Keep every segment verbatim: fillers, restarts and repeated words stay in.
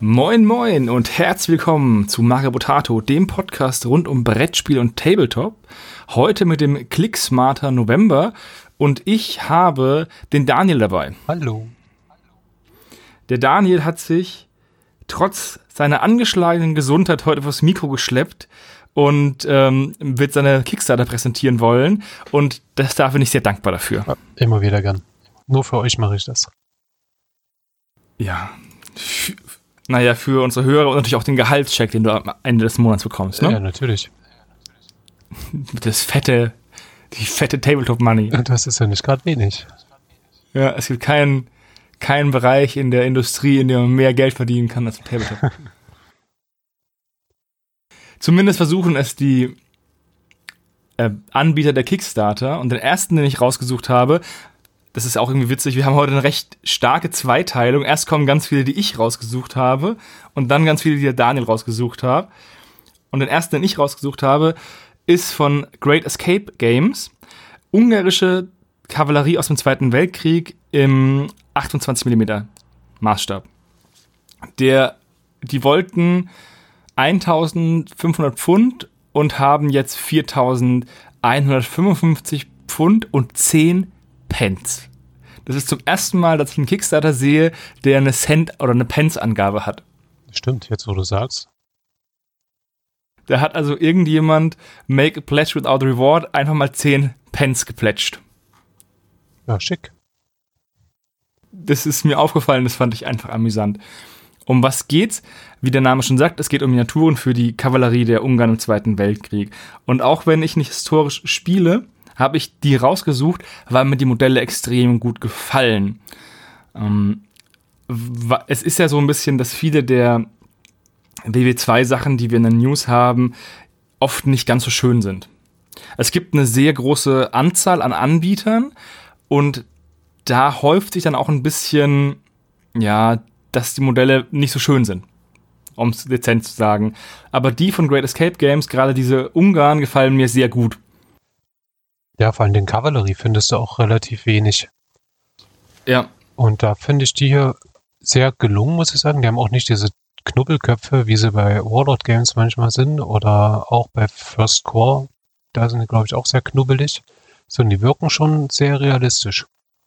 Moin moin und herzlich willkommen zu Mario Potato, dem Podcast rund um Brettspiel und Tabletop. Heute mit dem Clicksmarter November und ich habe den Daniel dabei. Hallo. Der Daniel hat sich trotz seiner angeschlagenen Gesundheit heute vors Mikro geschleppt und ähm, wird seine Kickstarter präsentieren wollen und das, da bin ich sehr dankbar dafür. Ja, immer wieder gern. Nur für euch mache ich das. Ja, f- naja, für unsere Hörer und natürlich auch den Gehaltscheck, den du am Ende des Monats bekommst, ne? Ja, natürlich. Das fette, die fette Tabletop-Money. Das ist ja nicht gerade wenig. Ja, es gibt keinen keinen Bereich in der Industrie, in dem man mehr Geld verdienen kann als im Tabletop. Zumindest versuchen es die äh, Anbieter der Kickstarter. Und den ersten, den ich rausgesucht habe, das ist auch irgendwie witzig, wir haben heute eine recht starke Zweiteilung. Erst kommen ganz viele, die ich rausgesucht habe und dann ganz viele, die der Daniel rausgesucht hat. Und den ersten, den ich rausgesucht habe, ist von Great Escape Games. Ungarische Kavallerie aus dem Zweiten Weltkrieg im achtundzwanzig Millimeter Maßstab. Der, die wollten eintausendfünfhundert Pfund und haben jetzt viertausendeinhundertfünfundfünfzig Pfund und zehn Pence. Das ist zum ersten Mal, dass ich einen Kickstarter sehe, der eine Cent- oder eine Pence-Angabe hat. Stimmt, jetzt wo du sagst. Da hat also irgendjemand Make a Pledge Without Reward einfach mal zehn Pence geplätscht. Ja, schick. Das ist mir aufgefallen, das fand ich einfach amüsant. Um was geht's? Wie der Name schon sagt, es geht um Miniaturen für die Kavallerie der Ungarn im Zweiten Weltkrieg. Und auch wenn ich nicht historisch spiele, habe ich die rausgesucht, weil mir die Modelle extrem gut gefallen. Ähm, es ist ja so ein bisschen, dass viele der W W zwei Sachen, die wir in den News haben, oft nicht ganz so schön sind. Es gibt eine sehr große Anzahl an Anbietern und da häuft sich dann auch ein bisschen, ja, dass die Modelle nicht so schön sind, um es dezent zu sagen. Aber die von Great Escape Games, gerade diese Ungarn, gefallen mir sehr gut. Ja, vor allem den Kavallerie findest du auch relativ wenig. Ja. Und da finde ich die hier sehr gelungen, muss ich sagen. Die haben auch nicht diese Knubbelköpfe, wie sie bei Warlord Games manchmal sind oder auch bei First Core. Da sind die, glaube ich, auch sehr knubbelig. Sondern die wirken schon sehr realistisch.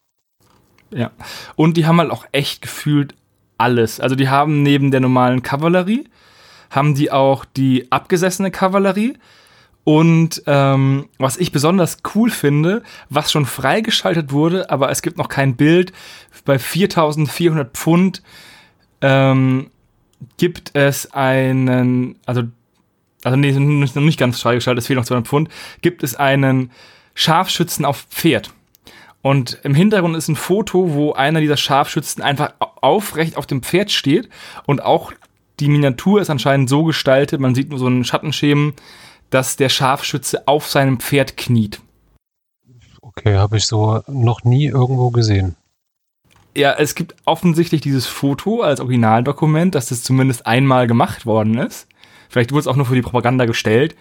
Ja. Und die haben halt auch echt gefühlt alles. Also die haben neben der normalen Kavallerie, haben die auch die abgesessene Kavallerie. Und ähm, was ich besonders cool finde, was schon freigeschaltet wurde, aber es gibt noch kein Bild, bei viertausendvierhundert Pfund ähm, gibt es einen, also, also nee, noch nicht ganz freigeschaltet, es fehlen noch zweihundert Pfund, gibt es einen Scharfschützen auf Pferd. Und im Hintergrund ist ein Foto, wo einer dieser Scharfschützen einfach aufrecht auf dem Pferd steht und auch die Miniatur ist anscheinend so gestaltet, man sieht nur so einen Schattenschemen, dass der Scharfschütze auf seinem Pferd kniet. Okay, habe ich so noch nie irgendwo gesehen. Ja, es gibt offensichtlich dieses Foto als Originaldokument, dass das zumindest einmal gemacht worden ist. Vielleicht wurde es auch nur für die Propaganda gestellt.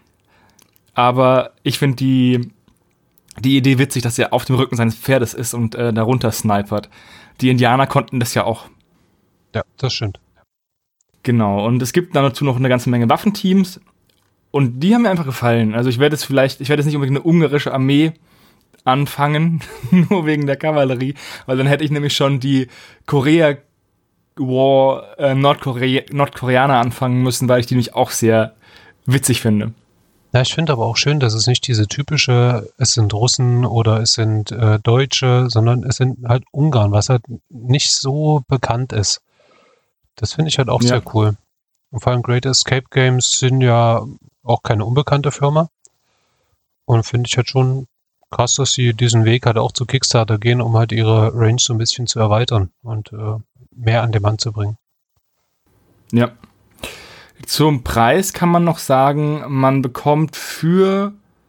Aber ich finde die, die Idee witzig, dass er auf dem Rücken seines Pferdes ist und äh, darunter snipert. Die Indianer konnten das ja auch. Ja, das stimmt. Genau, und es gibt dazu noch eine ganze Menge Waffenteams. Und die haben mir einfach gefallen. Also ich werde jetzt vielleicht, ich werde jetzt nicht unbedingt eine ungarische Armee anfangen, nur wegen der Kavallerie, weil dann hätte ich nämlich schon die Korea War äh, Nordkore- Nordkoreaner anfangen müssen, weil ich die nämlich auch sehr witzig finde. Ja, ich finde aber auch schön, dass es nicht diese typische, es sind Russen oder es sind äh, Deutsche, sondern es sind halt Ungarn, was halt nicht so bekannt ist. Das finde ich halt auch Ja. sehr cool. Und vor allem Great Escape Games sind ja auch keine unbekannte Firma. Und finde ich halt schon krass, dass sie diesen Weg halt auch zu Kickstarter gehen, um halt ihre Range so ein bisschen zu erweitern und äh, mehr an den Mann zu bringen. Ja. Zum Preis kann man noch sagen, man bekommt für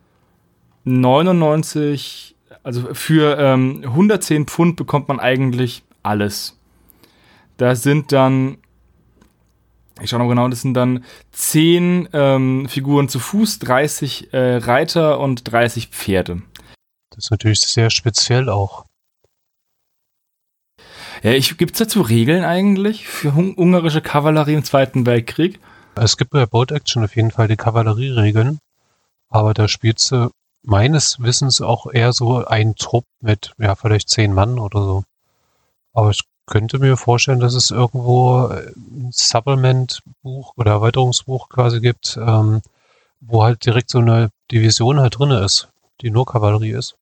neunundneunzig, also für ähm, hundertzehn Pfund bekommt man eigentlich alles. Da sind dann, ich schaue noch genau, das sind dann zehn ähm, Figuren zu Fuß, dreißig äh, Reiter und dreißig Pferde. Das ist natürlich sehr speziell auch. Ja, ich, gibt's dazu Regeln eigentlich für hung- ungarische Kavallerie im Zweiten Weltkrieg? Es gibt bei Bolt Action auf jeden Fall die Kavallerieregeln, aber da spielst du meines Wissens auch eher so einen Trupp mit, ja, vielleicht zehn Mann oder so. Aber ich könnte mir vorstellen, dass es irgendwo ein Supplement-Buch oder Erweiterungsbuch quasi gibt, ähm, wo halt direkt so eine Division halt drin ist, die nur Kavallerie ist.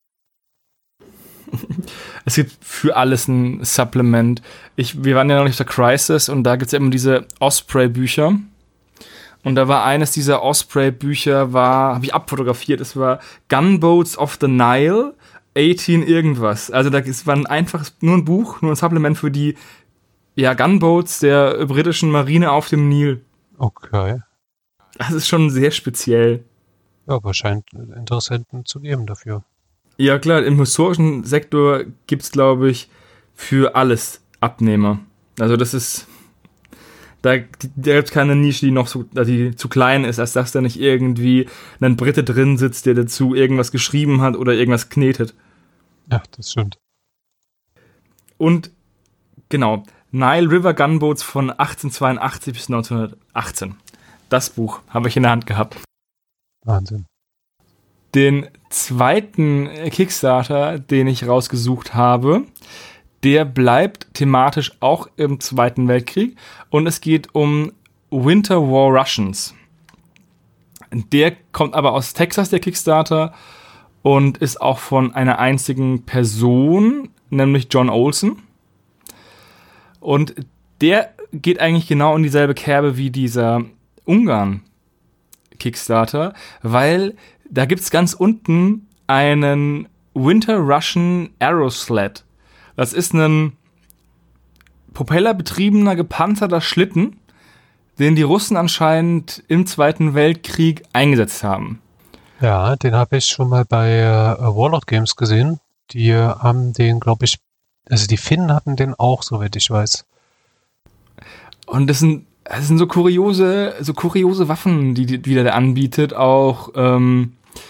Es gibt für alles ein Supplement. Ich, wir waren ja noch nicht auf der Crisis und da gibt es ja immer diese Osprey-Bücher. Und da war eines dieser Osprey-Bücher, war, habe ich abfotografiert, es war Gunboats of the Nile, achtzehn irgendwas. Also da es war ein einfaches, nur ein Buch, nur ein Supplement für die ja, Gunboats der britischen Marine auf dem Nil. Okay. Das ist schon sehr speziell. Ja, aber scheint Interessenten zu geben dafür. Ja klar, im historischen Sektor gibt es, glaube ich, für alles Abnehmer. Also das ist, da, da gibt es keine Nische, die noch so, die zu klein ist, als dass da nicht irgendwie ein Brite drin sitzt, der dazu irgendwas geschrieben hat oder irgendwas knetet. Ja, das stimmt. Und genau, Nile River Gunboats von achtzehnhundertzweiundachtzig bis neunzehnhundertachtzehn. Das Buch habe ich in der Hand gehabt. Wahnsinn. Den zweiten Kickstarter, den ich rausgesucht habe, der bleibt thematisch auch im Zweiten Weltkrieg und es geht um Winter War Russians. Der kommt aber aus Texas, der Kickstarter, und ist auch von einer einzigen Person, nämlich John Olson. Und der geht eigentlich genau in dieselbe Kerbe wie dieser Ungarn-Kickstarter, weil da gibt es ganz unten einen Winter Russian Aerosled. Das ist ein propellerbetriebener, gepanzerter Schlitten, den die Russen anscheinend im Zweiten Weltkrieg eingesetzt haben. Ja, den habe ich schon mal bei äh, Warlord Games gesehen. Die haben den, glaube ich, also die Finnen hatten den auch, soweit ich weiß. Und das sind, das sind so kuriose, so kuriose Waffen, die, die wieder der anbietet. Auch ähm,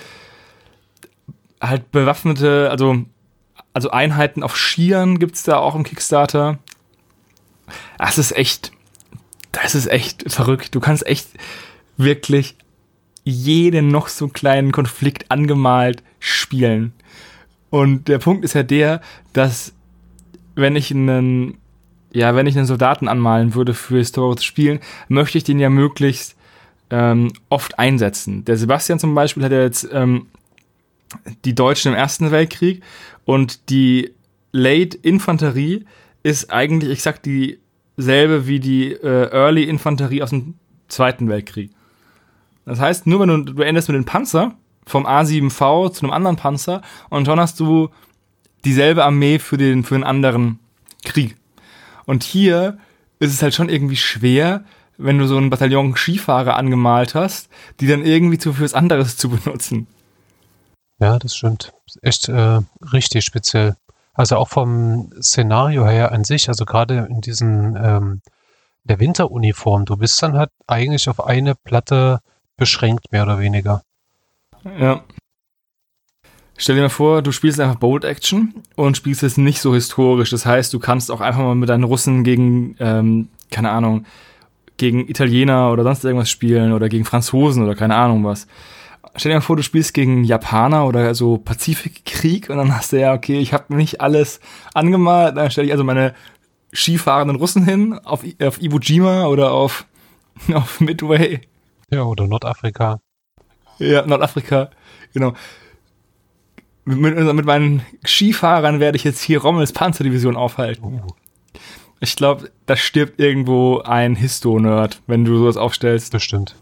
halt bewaffnete, also, also Einheiten auf Skiern gibt es da auch im Kickstarter. Das ist echt, das ist echt verrückt. Du kannst echt wirklich jeden noch so kleinen Konflikt angemalt spielen. Und der Punkt ist ja der, dass wenn ich einen, ja, wenn ich einen Soldaten anmalen würde für historisches Spielen, möchte ich den ja möglichst ähm, oft einsetzen. Der Sebastian zum Beispiel hat ja jetzt ähm, die Deutschen im Ersten Weltkrieg und die Late Infanterie ist eigentlich exakt dieselbe wie die äh, Early Infanterie aus dem Zweiten Weltkrieg. Das heißt, nur wenn du, du endest mit dem Panzer vom A sieben V zu einem anderen Panzer und schon hast du dieselbe Armee für den, für einen anderen Krieg. Und hier ist es halt schon irgendwie schwer, wenn du so ein Bataillon Skifahrer angemalt hast, die dann irgendwie zu, für was anderes zu benutzen. Ja, das stimmt. Echt äh, richtig speziell. Also auch vom Szenario her an sich, also gerade in diesen ähm, der Winteruniform, du bist dann halt eigentlich auf eine Platte beschränkt, mehr oder weniger. Ja. Stell dir mal vor, du spielst einfach Bolt Action und spielst es nicht so historisch. Das heißt, du kannst auch einfach mal mit deinen Russen gegen, ähm, keine Ahnung, gegen Italiener oder sonst irgendwas spielen oder gegen Franzosen oder keine Ahnung was. Stell dir mal vor, du spielst gegen Japaner oder so Pazifikkrieg und dann hast du ja, okay, ich habe nicht alles angemalt, dann stelle ich also meine skifahrenden Russen hin auf, auf Iwo Jima oder auf, auf Midway. Ja, oder Nordafrika. Ja, Nordafrika, genau. Mit, mit, mit meinen Skifahrern werde ich jetzt hier Rommels Panzerdivision aufhalten. Uh. Ich glaube, da stirbt irgendwo ein Histo-Nerd, wenn du sowas aufstellst. Bestimmt.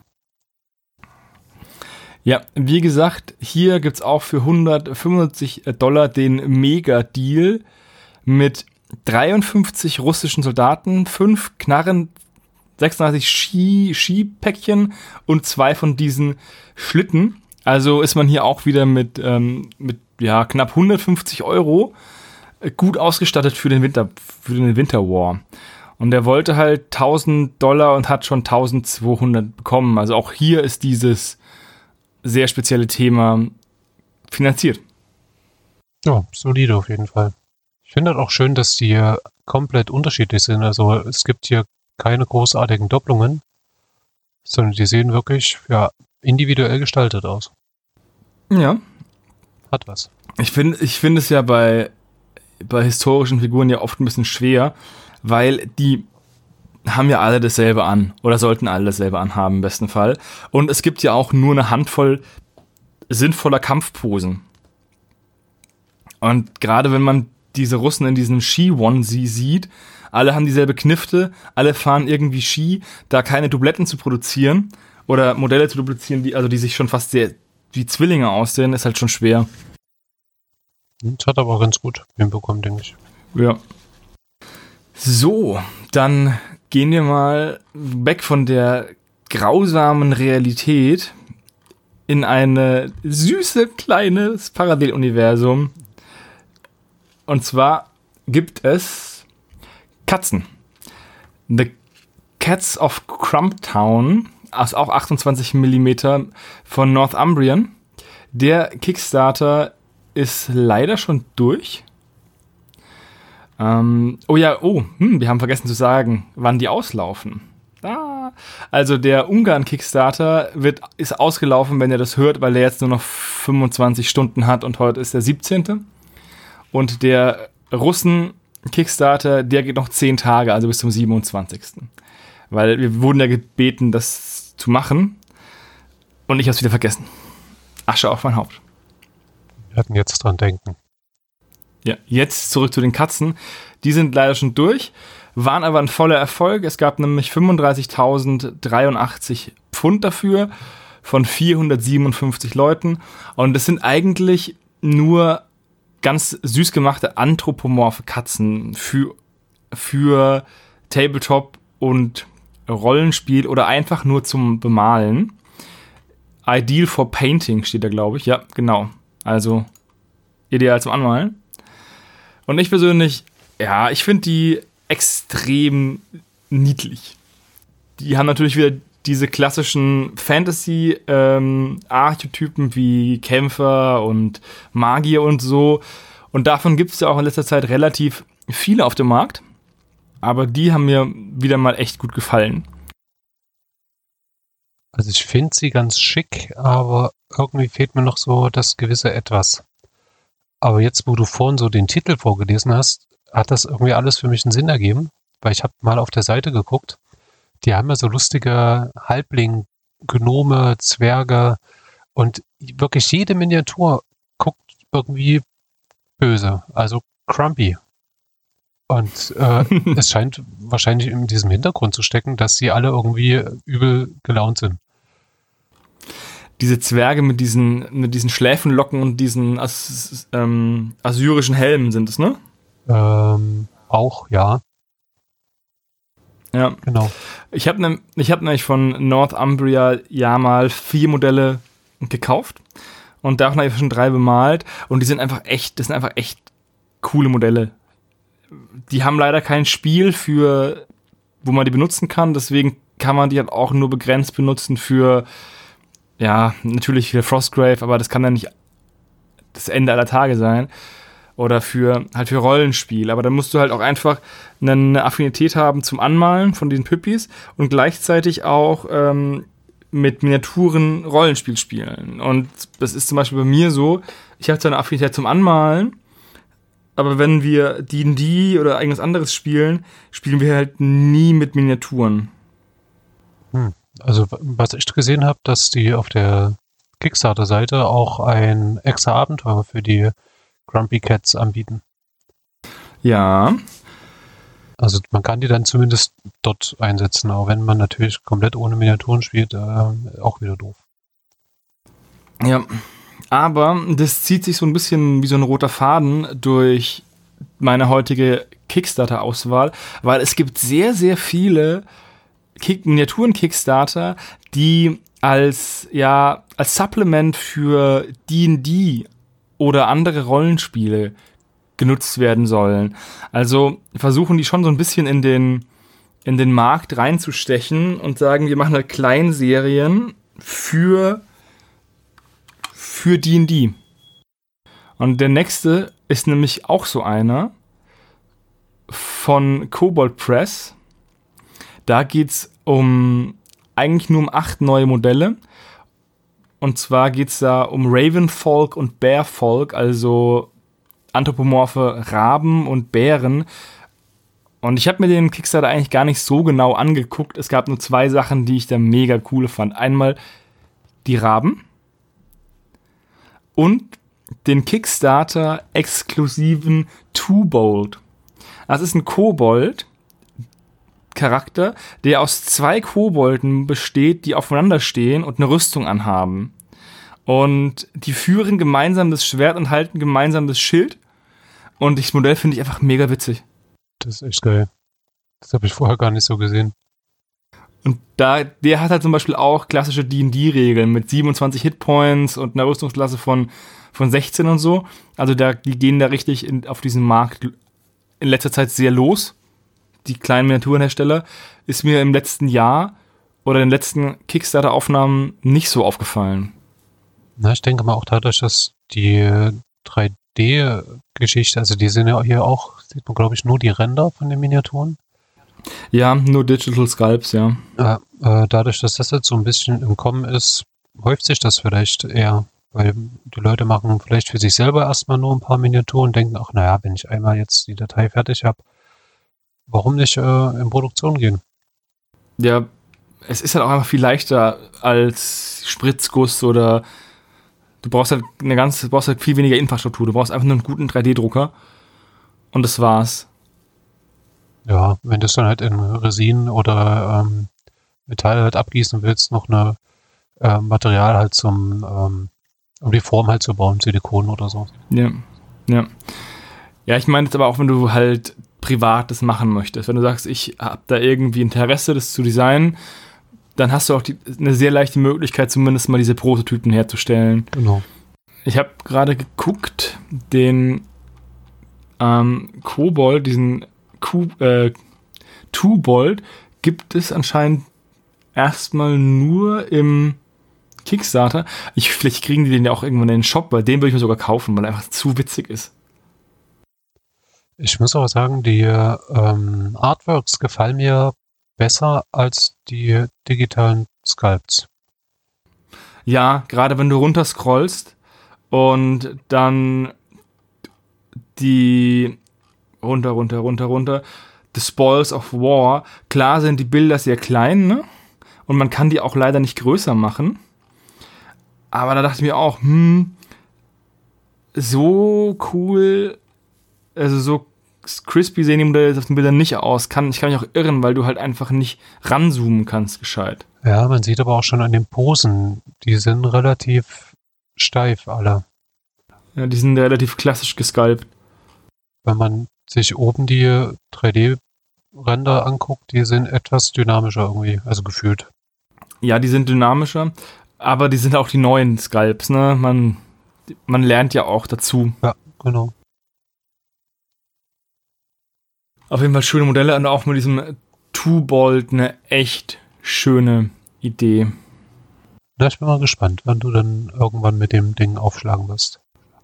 Ja, wie gesagt, hier gibt es auch für hundertfünfundsiebzig Dollar den Mega-Deal mit dreiundfünfzig russischen Soldaten, fünf Knarren, sechsunddreißig Ski, Skipäckchen und zwei von diesen Schlitten. Also ist man hier auch wieder mit, ähm, mit ja, knapp hundertfünfzig Euro gut ausgestattet für den Winter, für den Winter War. Und er wollte halt tausend Dollar und hat schon eintausendzweihundert bekommen. Also auch hier ist dieses sehr spezielle Thema finanziert. Ja, solide auf jeden Fall. Ich Ich finde das auch schön, dass die hier komplett unterschiedlich sind. Also es gibt hier keine großartigen Doppelungen, sondern die sehen wirklich ja, individuell gestaltet aus. Ja. Hat was. Ich finde ich find es ja bei, bei historischen Figuren ja oft ein bisschen schwer, weil die haben ja alle dasselbe an oder sollten alle dasselbe anhaben im besten Fall. Und es gibt ja auch nur eine Handvoll sinnvoller Kampfposen. Und gerade wenn man diese Russen in diesem Ski-Onesie sieht, alle haben dieselbe Knifte, alle fahren irgendwie Ski, da keine Dubletten zu produzieren oder Modelle zu duplizieren, die, also die sich schon fast sehr wie Zwillinge aussehen, ist halt schon schwer. Das hat aber ganz gut hinbekommen, denke ich. Ja. So, dann gehen wir mal weg von der grausamen Realität in ein süße kleines Paralleluniversum. Und zwar gibt es Katzen. The Cats of Crumptown, also auch achtundzwanzig Millimeter von Northumbrian. Der Kickstarter ist leider schon durch. Ähm, oh ja, oh, hm, wir haben vergessen zu sagen, wann die auslaufen. Ah, also der Ungarn-Kickstarter wird, ist ausgelaufen, wenn ihr das hört, weil der jetzt nur noch fünfundzwanzig Stunden hat und heute ist der siebzehnte Und der Russen-Kickstarter, der geht noch zehn Tage, also bis zum siebenundzwanzigsten Weil wir wurden ja gebeten, das zu machen. Und ich habe es wieder vergessen. Asche auf mein Haupt. Wir hatten jetzt dran denken. Ja, jetzt zurück zu den Katzen. Die sind leider schon durch, waren aber ein voller Erfolg. Es gab nämlich fünfunddreißigtausenddreiundachtzig Pfund dafür von vierhundertsiebenundfünfzig Leuten. Und es sind eigentlich nur ganz süß gemachte anthropomorphe Katzen für, für Tabletop und Rollenspiel oder einfach nur zum Bemalen. Ideal for Painting steht da, glaube ich. Ja, genau. Also ideal zum Anmalen. Und ich persönlich, ja, ich finde die extrem niedlich. Die haben natürlich wieder diese klassischen Fantasy-Archetypen ähm, wie Kämpfer und Magier und so. Und davon gibt es ja auch in letzter Zeit relativ viele auf dem Markt. Aber die haben mir wieder mal echt gut gefallen. Also ich finde sie ganz schick, aber irgendwie fehlt mir noch so das gewisse Etwas. Aber jetzt, wo du vorhin so den Titel vorgelesen hast, hat das irgendwie alles für mich einen Sinn ergeben, weil ich habe mal auf der Seite geguckt. Die haben ja so lustige Halbling, Gnome, Zwerge und wirklich jede Miniatur guckt irgendwie böse, also Crumpy. Und äh, es scheint wahrscheinlich in diesem Hintergrund zu stecken, dass sie alle irgendwie übel gelaunt sind. Diese Zwerge mit diesen, mit diesen Schläfenlocken und diesen As- ähm, assyrischen Helmen sind es, ne? Ähm, auch, ja. Ja. Genau. Ich habe ne, ich hab nämlich von Northumbria ja mal vier Modelle gekauft und davon habe ich schon drei bemalt und die sind einfach echt, das sind einfach echt coole Modelle. Die haben leider kein Spiel für, wo man die benutzen kann, deswegen kann man die halt auch nur begrenzt benutzen für, ja, natürlich für Frostgrave, aber das kann dann nicht das Ende aller Tage sein. Oder für halt für Rollenspiel. Aber dann musst du halt auch einfach eine Affinität haben zum Anmalen von den Püppis und gleichzeitig auch ähm, mit Miniaturen Rollenspiel spielen. Und das ist zum Beispiel bei mir so, ich habe zwar eine Affinität zum Anmalen, aber wenn wir D und D oder irgendwas anderes spielen, spielen wir halt nie mit Miniaturen. Hm. Also was ich gesehen habe, dass die auf der Kickstarter-Seite auch ein extra Abenteuer für die Grumpy Cats anbieten. Ja. Also man kann die dann zumindest dort einsetzen, auch wenn man natürlich komplett ohne Miniaturen spielt, äh, auch wieder doof. Ja, aber das zieht sich so ein bisschen wie so ein roter Faden durch meine heutige Kickstarter-Auswahl, weil es gibt sehr, sehr viele Kick- Miniaturen-Kickstarter, die als, ja, als Supplement für D und D oder andere Rollenspiele genutzt werden sollen. Also versuchen die schon so ein bisschen in den, in den Markt reinzustechen und sagen, wir machen halt Kleinserien für, für D und D. Und der nächste ist nämlich auch so einer. von Kobold Press. Da geht es um eigentlich nur um acht neue Modelle. Und zwar geht es da um Ravenfolk und Bearfolk, also anthropomorphe Raben und Bären. Und ich habe mir den Kickstarter eigentlich gar nicht so genau angeguckt. Es gab nur zwei Sachen, die ich da mega cool fand. Einmal die Raben und den Kickstarter-exklusiven Twobold. Das ist ein Kobold-Charakter, der aus zwei Kobolden besteht, die aufeinander stehen und eine Rüstung anhaben. Und die führen gemeinsam das Schwert und halten gemeinsam das Schild. Und das Modell finde ich einfach mega witzig. Das ist echt geil. Das habe ich vorher gar nicht so gesehen. Und da, der hat halt zum Beispiel auch klassische D und D-Regeln mit siebenundzwanzig Hitpoints und einer Rüstungsklasse von, von sechzehn und so. Also da, die gehen da richtig in, auf diesen Markt in letzter Zeit sehr los. Die kleinen Miniaturenhersteller. Ist mir im letzten Jahr oder in den letzten Kickstarter-Aufnahmen nicht so aufgefallen. Na, ich denke mal auch dadurch, dass die drei D-Geschichte, also die sind ja hier auch, sieht man glaube ich nur die Ränder von den Miniaturen. Ja, nur Digital Sculpts, ja. Ja, äh, dadurch, dass das jetzt so ein bisschen im Kommen ist, häuft sich das vielleicht eher, weil die Leute machen vielleicht für sich selber erstmal nur ein paar Miniaturen und denken, ach naja, wenn ich einmal jetzt die Datei fertig habe, warum nicht äh, in Produktion gehen? Ja, es ist halt auch einfach viel leichter als Spritzguss oder du brauchst halt eine ganz, du brauchst halt viel weniger Infrastruktur. Du brauchst einfach nur einen guten drei D-Drucker und das war's. Ja, wenn du es dann halt in Resin oder ähm, Metall halt abgießen willst, noch eine äh, Material halt zum, ähm, um die Form halt zu bauen, Silikon oder so. Ja, ja. Ja, ich meine jetzt aber auch, wenn du halt privat das machen möchtest. Wenn du sagst, ich habe da irgendwie Interesse, das zu designen, dann hast du auch die, eine sehr leichte Möglichkeit, zumindest mal diese Prototypen herzustellen. Genau. Ich habe gerade geguckt, den ähm, Kobold, diesen Ku, äh, Twobold, gibt es anscheinend erstmal nur im Kickstarter. Ich, vielleicht kriegen die den ja auch irgendwann in den Shop, weil den würde ich mir sogar kaufen, weil er einfach zu witzig ist. Ich muss aber sagen, die ähm, Artworks gefallen mir besser als die digitalen Sculpts. Ja, gerade wenn du runterscrollst und dann die runter, runter, runter, runter, The Spoils of War, klar sind die Bilder sehr klein, ne? Und man kann die auch leider nicht größer machen. Aber da dachte ich mir auch, hm, so cool, also so crispy sehen die Modelle auf den Bildern nicht aus. Kann, ich kann mich auch irren, weil du halt einfach nicht ranzoomen kannst, gescheit. Ja, man sieht aber auch schon an den Posen, die sind relativ steif alle. Ja, die sind relativ klassisch gesculpt. Wenn man sich oben die drei D-Ränder anguckt, die sind etwas dynamischer irgendwie, also gefühlt. Ja, die sind dynamischer, aber die sind auch die neuen Sculpts, ne? Man, man lernt ja auch dazu. Ja, genau. Auf jeden Fall schöne Modelle und auch mit diesem Twobold eine echt schöne Idee. Na, ich bin mal gespannt, wann du dann irgendwann mit dem Ding aufschlagen wirst.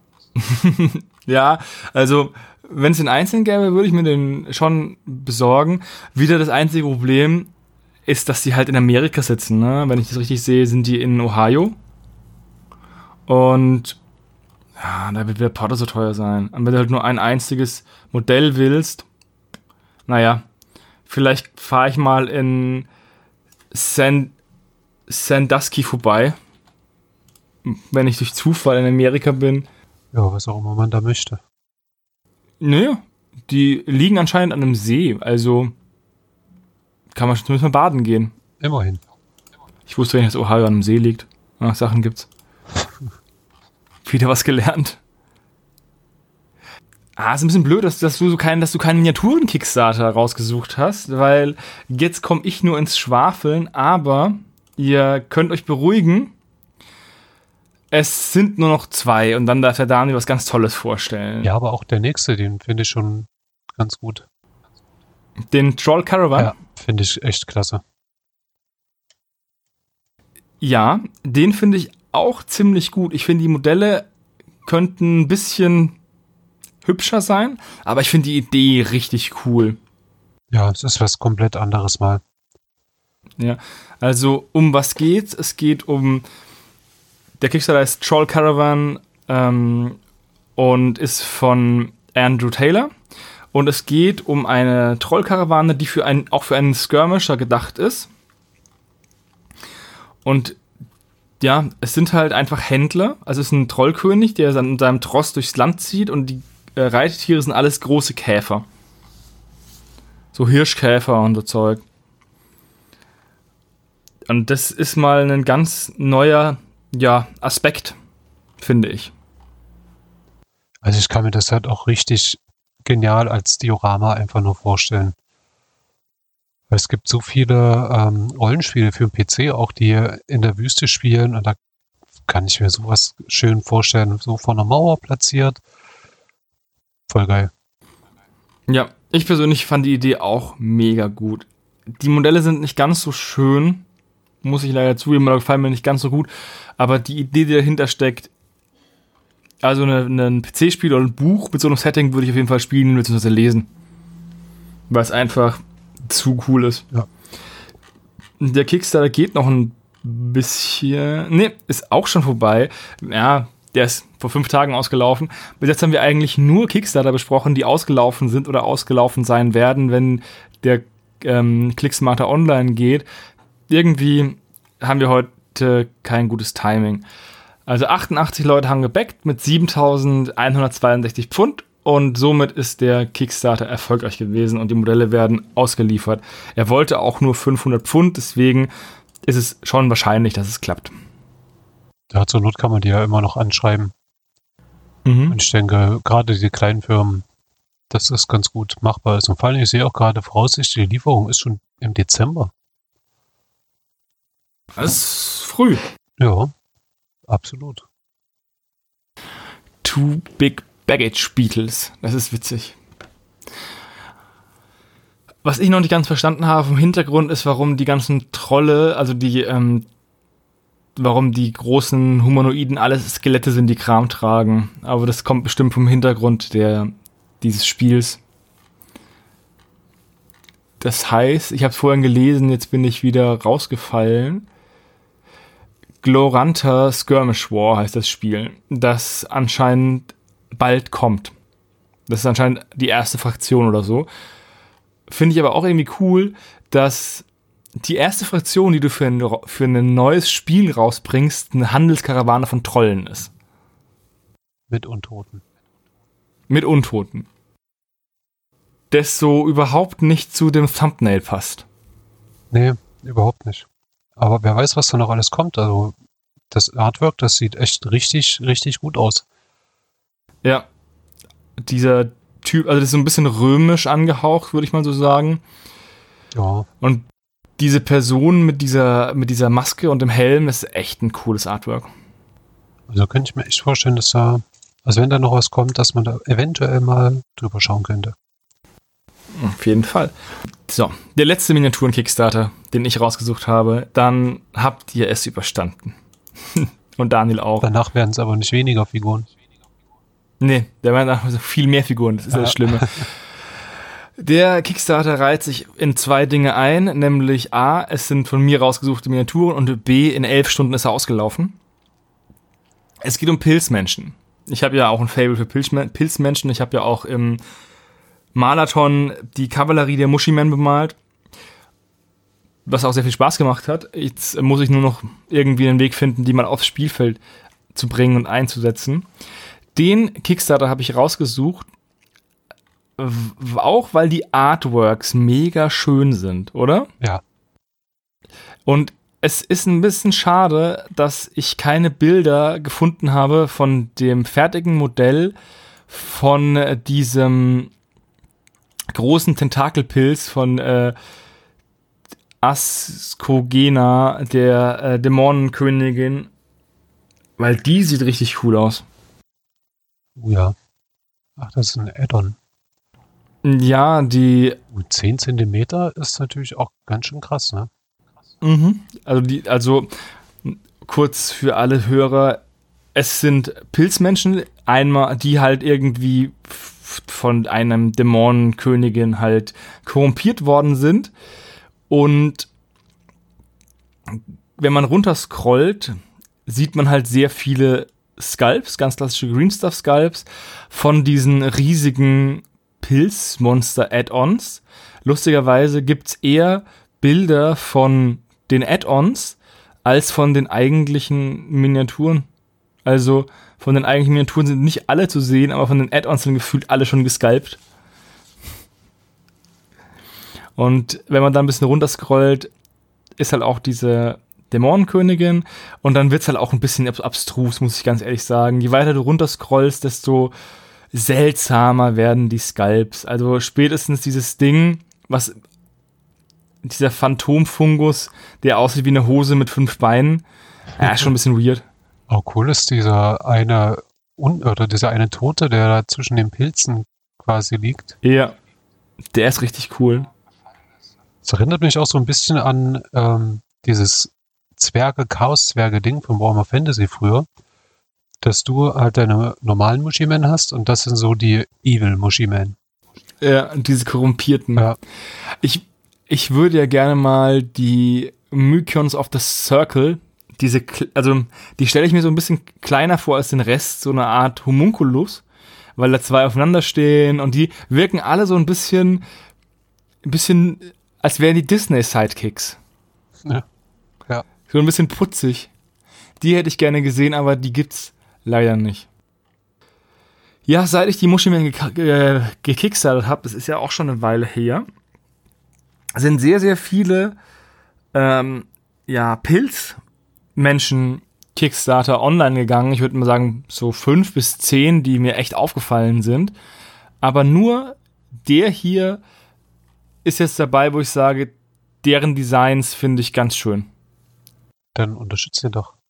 Ja, also wenn es den einzeln gäbe, würde ich mir den schon besorgen. Wieder das einzige Problem ist, dass die halt in Amerika sitzen. Ne? Wenn ich das richtig sehe, sind die in Ohio. Und ja, da wird der Porto so teuer sein. Und wenn du halt nur ein einziges Modell willst, naja, vielleicht fahre ich mal in San, Sandusky vorbei, wenn ich durch Zufall in Amerika bin. Ja, was auch immer man da möchte. Naja, die liegen anscheinend an einem See, also kann man zumindest mal baden gehen. Immerhin. Ich wusste nicht, dass Ohio an einem See liegt. Ach, Sachen gibt's. Wieder was gelernt. Ah, ist ein bisschen blöd, dass, dass du so keinen, dass du keinen Miniaturen-Kickstarter rausgesucht hast, weil jetzt komme ich nur ins Schwafeln, aber ihr könnt euch beruhigen. Es sind nur noch zwei und dann darf der Daniel was ganz Tolles vorstellen. Ja, aber auch der nächste, den finde ich schon ganz gut. Den Troll Caravan? Ja, finde ich echt klasse. Ja, den finde ich auch ziemlich gut. Ich finde, die Modelle könnten ein bisschen hübscher sein, aber ich finde die Idee richtig cool. Ja, es ist was komplett anderes mal. Ja, also um was geht's? Es geht um, der Kickstarter heißt Troll Caravan ähm, und ist von Andrew Taylor. Und es geht um eine Trollkarawane, die für einen, auch für einen Skirmisher gedacht ist. Und ja, es sind halt einfach Händler. Also es ist ein Trollkönig, der in seinem Tross durchs Land zieht und die äh, Reittiere sind alles große Käfer. So Hirschkäfer und so Zeug. Und das ist mal ein ganz neuer, ja, Aspekt, finde ich. Also ich kann mir das halt auch richtig genial als Diorama einfach nur vorstellen. Weil es gibt so viele ähm, Rollenspiele für den P C, auch die in der Wüste spielen, und da kann ich mir sowas schön vorstellen, so vor einer Mauer platziert. Voll geil. Ja, ich persönlich fand die Idee auch mega gut. Die Modelle sind nicht ganz so schön, muss ich leider zugeben, oder gefallen mir nicht ganz so gut, aber die Idee, die dahinter steckt, also eine, ein P C-Spiel oder ein Buch mit so einem Setting würde ich auf jeden Fall spielen bzw. lesen. Weil es einfach zu cool ist. Ja. Der Kickstarter geht noch ein bisschen. Ne, ist auch schon vorbei. Ja, der ist vor fünf Tagen ausgelaufen. Bis jetzt haben wir eigentlich nur Kickstarter besprochen, die ausgelaufen sind oder ausgelaufen sein werden, wenn der ähm, Clicksmarter online geht. Irgendwie haben wir heute kein gutes Timing. Also achtundachtzig Leute haben gebackt mit siebentausendeinhundertzweiundsechzig Pfund und somit ist der Kickstarter erfolgreich gewesen und die Modelle werden ausgeliefert. Er wollte auch nur fünfhundert Pfund, deswegen ist es schon wahrscheinlich, dass es klappt. Ja, zur Not kann man die ja immer noch anschreiben. Mhm. Und ich denke, gerade die kleinen Firmen, dass das ganz gut machbar ist. Und vor allem, ich sehe auch gerade voraussichtlich, die Lieferung ist schon im Dezember. Das ist früh. Ja, absolut. Two Big Baggage Beetles. Das ist witzig. Was ich noch nicht ganz verstanden habe vom Hintergrund ist, warum die ganzen Trolle, also die, ähm, warum die großen Humanoiden alles Skelette sind, die Kram tragen. Aber das kommt bestimmt vom Hintergrund der, dieses Spiels. Das heißt, ich habe es vorhin gelesen, jetzt bin ich wieder rausgefallen. Gloranta Skirmish War heißt das Spiel, das anscheinend bald kommt. Das ist anscheinend die erste Fraktion oder so. Finde ich aber auch irgendwie cool, dass die erste Fraktion, die du für ein, für ein neues Spiel rausbringst, eine Handelskarawane von Trollen ist. Mit Untoten. Mit Untoten. Das so überhaupt nicht zu dem Thumbnail passt. Nee, überhaupt nicht. Aber wer weiß, was da noch alles kommt. Also das Artwork, das sieht echt richtig, richtig gut aus. Ja. Dieser Typ, also das ist so ein bisschen römisch angehaucht, würde ich mal so sagen. Ja. Und diese Person mit dieser, mit dieser Maske und dem Helm ist echt ein cooles Artwork. Also könnte ich mir echt vorstellen, dass da, also wenn da noch was kommt, dass man da eventuell mal drüber schauen könnte. Auf jeden Fall. So, der letzte Miniaturen-Kickstarter, den ich rausgesucht habe, dann habt ihr es überstanden. Und Daniel auch. Danach werden es aber nicht weniger Figuren. Nee, der meint einfach so viel mehr Figuren, das ist ja das Schlimme. Der Kickstarter reiht sich in zwei Dinge ein, nämlich A, es sind von mir rausgesuchte Miniaturen und B, in elf Stunden ist er ausgelaufen. Es geht um Pilzmenschen. Ich habe ja auch ein Faible für Pilzmen- Pilzmenschen, ich habe ja auch im Marathon die Kavallerie der Mushimen bemalt, was auch sehr viel Spaß gemacht hat. Jetzt muss ich nur noch irgendwie einen Weg finden, die mal aufs Spielfeld zu bringen und einzusetzen. Den Kickstarter habe ich rausgesucht, w- auch weil die Artworks mega schön sind, oder? Ja. Und es ist ein bisschen schade, dass ich keine Bilder gefunden habe von dem fertigen Modell von diesem großen Tentakelpilz von äh, Askogena, der äh, Dämonenkönigin, weil die sieht richtig cool aus. Oh ja. Ach, das ist ein Add-on. Ja, die Uh, zehn Zentimeter ist natürlich auch ganz schön krass, ne? mhm. also die, also kurz für alle Hörer, es sind Pilzmenschen, einmal, die halt irgendwie f- von einem Dämonenkönigin halt korrumpiert worden sind. Und wenn man runterscrollt, sieht man halt sehr viele Sculpts, ganz klassische Green Stuff Sculpts, von diesen riesigen Pilzmonster-Add-ons. Lustigerweise gibt's eher Bilder von den Add-ons als von den eigentlichen Miniaturen. Also von den eigentlichen Miniaturen sind nicht alle zu sehen, aber von den Add-ons sind gefühlt alle schon gesculpt. Und wenn man dann ein bisschen runterscrollt, ist halt auch diese Dämonenkönigin und dann wird's halt auch ein bisschen abstrus, muss ich ganz ehrlich sagen. Je weiter du runterscrollst, desto seltsamer werden die Sculpts. Also spätestens dieses Ding, was dieser Phantomfungus, der aussieht wie eine Hose mit fünf Beinen, ja, ist schon ein bisschen weird. Auch cool ist dieser eine Un- oder dieser eine Tote, der da zwischen den Pilzen quasi liegt. Ja, der ist richtig cool. Das erinnert mich auch so ein bisschen an ähm, dieses Zwerge, Chaos-Zwerge-Ding von Warhammer Fantasy früher, dass du halt deine normalen Mushimen hast und das sind so die Evil Mushimen. Ja, diese korrumpierten. Ja. Ich, ich würde ja gerne mal die Mykions of the Circle, diese, also die stelle ich mir so ein bisschen kleiner vor als den Rest, so eine Art Homunculus, weil da zwei aufeinander stehen und die wirken alle so ein bisschen, ein bisschen, als wären die Disney-Sidekicks. Ja. Ja. So ein bisschen putzig. Die hätte ich gerne gesehen, aber die gibt's leider nicht. Ja, seit ich die Mushimen ge- gekickstartet habe, das ist ja auch schon eine Weile her, sind sehr, sehr viele ähm, ja, Pilzmenschen Kickstarter online gegangen. Ich würde mal sagen, so fünf bis zehn, die mir echt aufgefallen sind. Aber nur der hier ist jetzt dabei, wo ich sage, deren Designs finde ich ganz schön. Dann unterstützt ihr doch.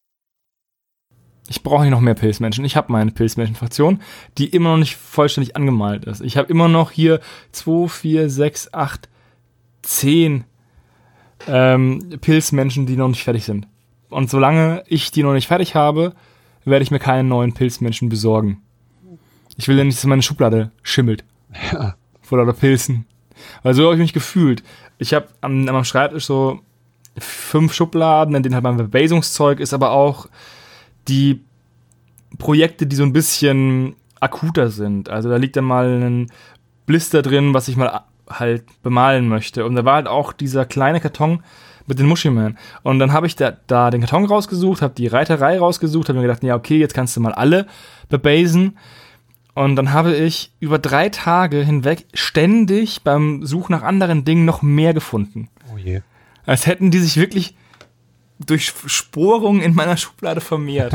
Ich brauche nicht noch mehr Pilzmenschen. Ich habe meine Pilzmenschen-Fraktion, die immer noch nicht vollständig angemalt ist. Ich habe immer noch hier zwei, vier, sechs, acht, zehn ähm, Pilzmenschen, die noch nicht fertig sind. Und solange ich die noch nicht fertig habe, werde ich mir keinen neuen Pilzmenschen besorgen. Ich will ja nicht, dass meine Schublade schimmelt. Ja. Vor lauter Pilzen. Weil so habe ich mich gefühlt. Ich habe am, am Schreibtisch so fünf Schubladen, in denen halt mein Verbasungszeug ist, aber auch die Projekte, die so ein bisschen akuter sind. Also da liegt dann mal ein Blister drin, was ich mal halt bemalen möchte. Und da war halt auch dieser kleine Karton mit den Mushimen. Und dann habe ich da, da den Karton rausgesucht, habe die Reiterei rausgesucht, habe mir gedacht, ja okay, jetzt kannst du mal alle bebasen. Und dann habe ich über drei Tage hinweg ständig beim Suchen nach anderen Dingen noch mehr gefunden. Oh je. Als hätten die sich wirklich durch Sporungen in meiner Schublade vermehrt.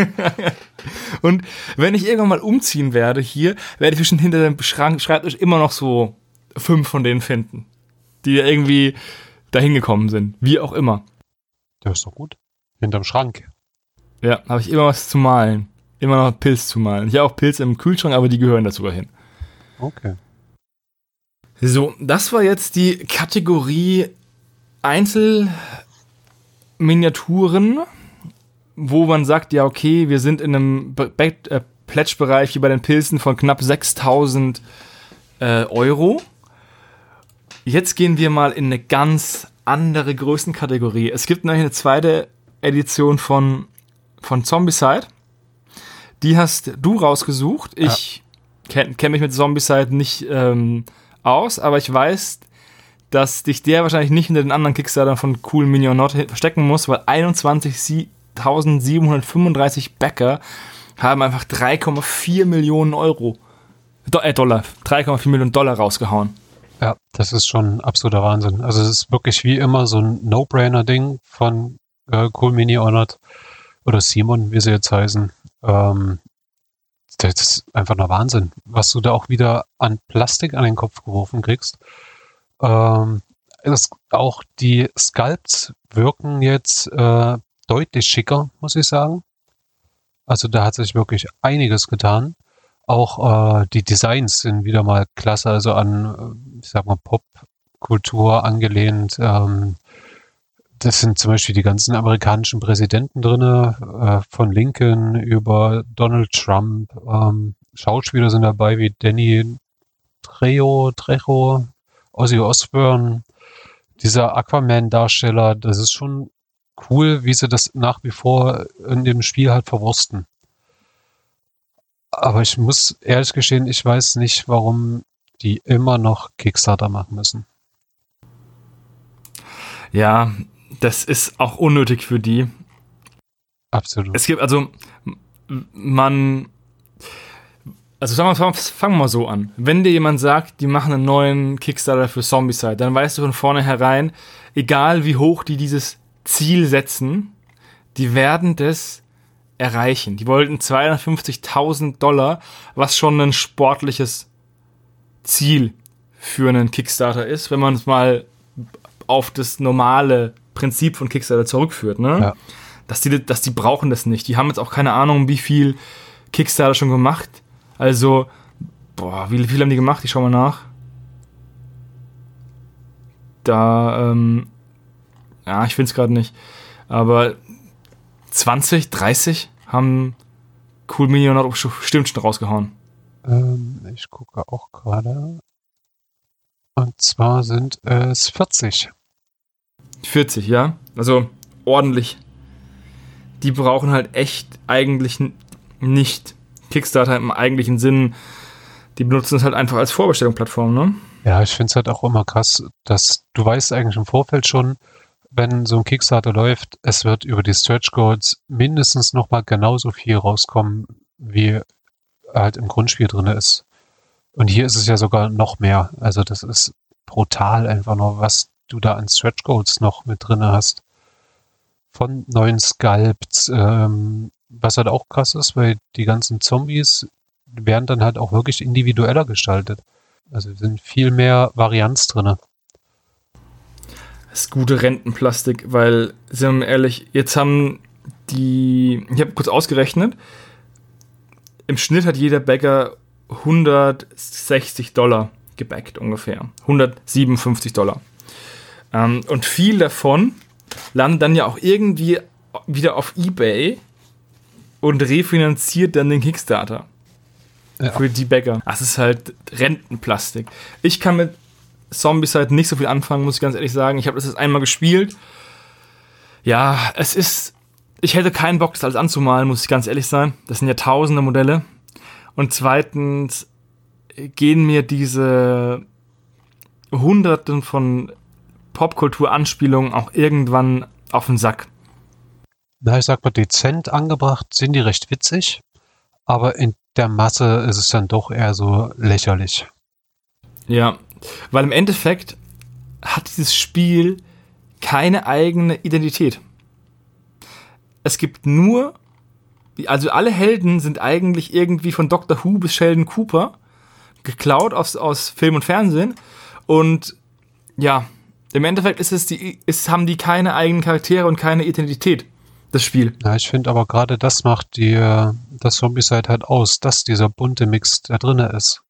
Und wenn ich irgendwann mal umziehen werde hier, werde ich bestimmt hinter dem Schrank, Schreibtisch immer noch so fünf von denen finden, die irgendwie dahin gekommen sind. Wie auch immer. Der ist doch gut. Hinterm Schrank. Ja, habe ich immer was zu malen. Immer noch Pilz zu malen. Ich habe auch Pilze im Kühlschrank, aber die gehören da sogar hin. Okay. So, das war jetzt die Kategorie Einzelminiaturen, wo man sagt, ja okay, wir sind in einem Be- äh, Pledge-Bereich wie bei den Pilzen von knapp sechstausend äh, Euro. Jetzt gehen wir mal in eine ganz andere Größenkategorie. Es gibt nämlich eine zweite Edition von, von Zombicide. Die hast du rausgesucht. Ich ja. kenne kenn mich mit Zombicide nicht ähm, aus, aber ich weiß, dass dich der wahrscheinlich nicht hinter den anderen Kickstartern von Cool Mini or Not verstecken muss, weil einundzwanzigtausendsiebenhundertfünfunddreißig Backer haben einfach drei Komma vier Millionen Euro, Do- äh, Dollar, drei Komma vier Millionen Dollar rausgehauen. Ja, das ist schon absoluter Wahnsinn. Also es ist wirklich wie immer so ein No-Brainer-Ding von äh, Cool Mini or Not oder Simon, wie sie jetzt heißen. Ähm, das ist einfach nur Wahnsinn, was du da auch wieder an Plastik an den Kopf geworfen kriegst. Ähm, das, auch die Sculpts wirken jetzt äh, deutlich schicker, muss ich sagen. Also da hat sich wirklich einiges getan. Auch äh, die Designs sind wieder mal klasse, also an, ich sag mal, Popkultur angelehnt. Ähm, das sind zum Beispiel die ganzen amerikanischen Präsidenten drinne, äh, von Lincoln über Donald Trump. Ähm, Schauspieler sind dabei wie Danny Trejo, Trejo, Ozzy Osbourne, dieser Aquaman-Darsteller. Das ist schon cool, wie sie das nach wie vor in dem Spiel halt verwursten. Aber ich muss ehrlich gestehen, ich weiß nicht, warum die immer noch Kickstarter machen müssen. Ja, das ist auch unnötig für die. Absolut. Es gibt, also, man, also sagen wir, fangen wir mal so an. Wenn dir jemand sagt, die machen einen neuen Kickstarter für Zombicide, dann weißt du von vornherein, egal wie hoch die dieses Ziel setzen, die werden das erreichen. Die wollten zweihundertfünfzigtausend Dollar, was schon ein sportliches Ziel für einen Kickstarter ist, wenn man es mal auf das normale Prinzip von Kickstarter zurückführt, ne? Ja. Dass die, dass die brauchen das nicht. Die haben jetzt auch keine Ahnung, wie viel Kickstarter schon gemacht. Also, boah, wie viel haben die gemacht? Ich schau mal nach. Da, ähm, ja, ich finde es gerade nicht. Aber zwanzig, dreißig haben Cool Mini und bestimmt schon rausgehauen. Ähm, ich gucke auch gerade. Und zwar sind es vierzig. vierzig, ja. Also ordentlich. Die brauchen halt echt eigentlich nicht Kickstarter im eigentlichen Sinn. Die benutzen es halt einfach als Vorbestellungsplattform, ne? Ja, ich finde es halt auch immer krass, dass du weißt eigentlich im Vorfeld schon, wenn so ein Kickstarter läuft, es wird über die Stretch Goals mindestens nochmal genauso viel rauskommen, wie halt im Grundspiel drin ist. Und hier ist es ja sogar noch mehr. Also das ist brutal einfach noch, was du da an Stretch Goals noch mit drin hast. Von neuen Sculpts, ähm, was halt auch krass ist, weil die ganzen Zombies werden dann halt auch wirklich individueller gestaltet. Also sind viel mehr Varianz drin. Das ist gute Rentenplastik, weil, sind wir ehrlich, jetzt haben die, ich habe kurz ausgerechnet, im Schnitt hat jeder Bäcker hundertsechzig Dollar gebackt ungefähr. hundertsiebenundfünfzig Dollar. Ähm, und viel davon landet dann ja auch irgendwie wieder auf eBay und refinanziert dann den Kickstarter. Ja. Für die Bäcker. Das ist halt Rentenplastik. Ich kann mit Zombicide nicht so viel anfangen, muss ich ganz ehrlich sagen. Ich habe das jetzt einmal gespielt. Ja, es ist... Ich hätte keinen Bock, das alles anzumalen, muss ich ganz ehrlich sein. Das sind ja tausende Modelle. Und zweitens gehen mir diese Hunderten von Popkultur-Anspielungen auch irgendwann auf den Sack. Na, ich sag mal, dezent angebracht sind die recht witzig, aber in der Masse ist es dann doch eher so lächerlich. Ja, weil im Endeffekt hat dieses Spiel keine eigene Identität. Es gibt nur, also alle Helden sind eigentlich irgendwie von Doctor Who bis Sheldon Cooper geklaut aus, aus Film und Fernsehen und ja, im Endeffekt ist es die, ist, haben die keine eigenen Charaktere und keine Identität, das Spiel. Ja, ich finde aber gerade das macht die, das Zombicide halt aus, dass dieser bunte Mix da drin ist.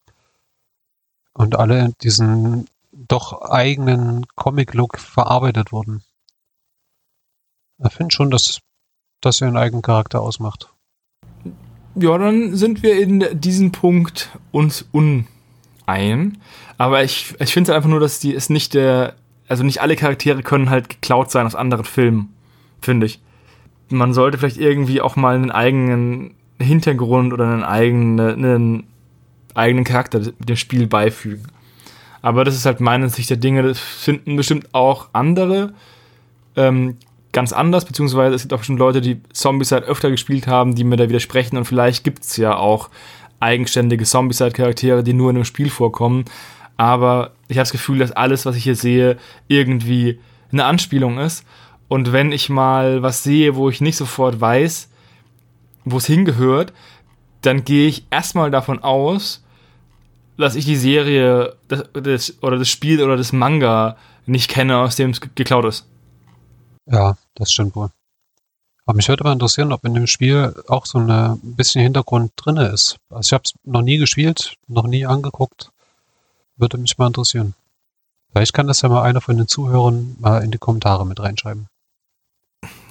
Und alle in diesen doch eigenen Comic-Look verarbeitet wurden. Ich finde schon, dass das ihren eigenen Charakter ausmacht. Ja, dann sind wir in diesem Punkt uns unein. Aber ich, ich finde es einfach nur, dass die es nicht der, also nicht alle Charaktere können halt geklaut sein aus anderen Filmen, finde ich. Man sollte vielleicht irgendwie auch mal einen eigenen Hintergrund oder einen eigenen, einen eigenen Charakter dem Spiel beifügen. Aber das ist halt meine Sicht der Dinge. Das finden bestimmt auch andere ähm, ganz anders, beziehungsweise es gibt auch bestimmt Leute, die Zombicide öfter gespielt haben, die mir da widersprechen und vielleicht gibt es ja auch eigenständige Zombicide-Charaktere, die nur in einem Spiel vorkommen. Aber ich habe das Gefühl, dass alles, was ich hier sehe, irgendwie eine Anspielung ist. Und wenn ich mal was sehe, wo ich nicht sofort weiß, wo es hingehört, dann gehe ich erstmal davon aus, dass ich die Serie das, das, oder das Spiel oder das Manga nicht kenne, aus dem es geklaut ist. Ja, das stimmt wohl. Aber mich würde mal interessieren, ob in dem Spiel auch so ein bisschen Hintergrund drin ist. Also ich habe es noch nie gespielt, noch nie angeguckt. Würde mich mal interessieren. Vielleicht kann das ja mal einer von den Zuhörern mal in die Kommentare mit reinschreiben.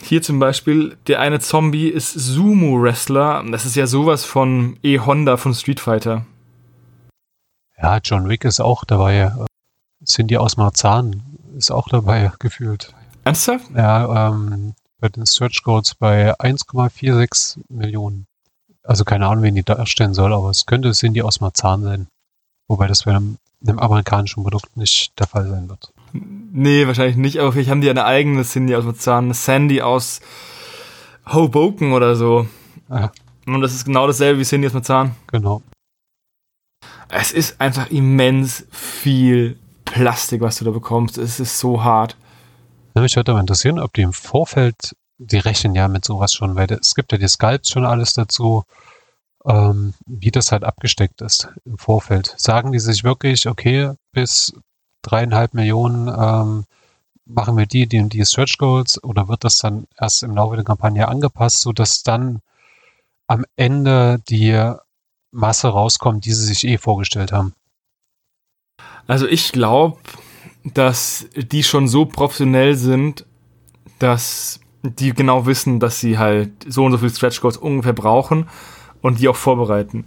Hier zum Beispiel, der eine Zombie ist Sumo-Wrestler. Das ist ja sowas von E-Honda von Street Fighter. Ja, John Wick ist auch dabei. Cindy aus Marzahn ist auch dabei, gefühlt. Ernsthaft? Ja, ähm, bei den Stretch Goals bei eins Komma sechsundvierzig Millionen. Also keine Ahnung, wen die darstellen soll, aber es könnte Cindy aus Marzahn sein. Wobei das bei einem, einem amerikanischen Produkt nicht der Fall sein wird. Nee, wahrscheinlich nicht, aber vielleicht haben die eine eigene Cindy aus Marzahn, eine Sandy aus Hoboken oder so. Ja. Und das ist genau dasselbe wie Cindy aus Marzahn. Genau. Es ist einfach immens viel Plastik, was du da bekommst. Es ist so hart. Ja, mich würde aber interessieren, ob die im Vorfeld, die rechnen ja mit sowas schon, weil es gibt ja die Sculpts schon alles dazu, ähm, wie das halt abgesteckt ist im Vorfeld. Sagen die sich wirklich, okay, bis dreieinhalb Millionen ähm, machen wir die, die und die Stretch Goals, oder wird das dann erst im Laufe der Kampagne angepasst, sodass dann am Ende die Masse rauskommt, die sie sich eh vorgestellt haben? Also ich glaube, dass die schon so professionell sind, dass die genau wissen, dass sie halt so und so viel Stretch Goals ungefähr brauchen und die auch vorbereiten.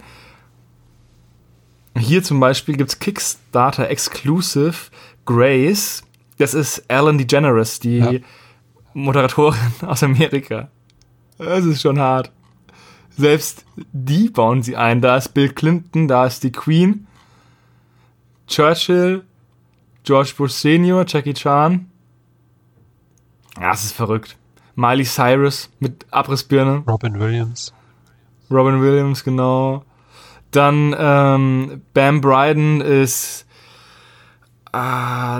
Hier zum Beispiel gibt es Kickstarter Exclusive Grace. Das ist Ellen DeGeneres, die ja. Moderatorin aus Amerika. Das ist schon hart. Selbst die bauen sie ein. Da ist Bill Clinton, da ist die Queen, Churchill, George Bush Senior, Jackie Chan. Ja, das ist verrückt. Miley Cyrus mit Abrissbirne. Robin Williams. Robin Williams, genau. Dann ähm, Bam Bryden ist äh,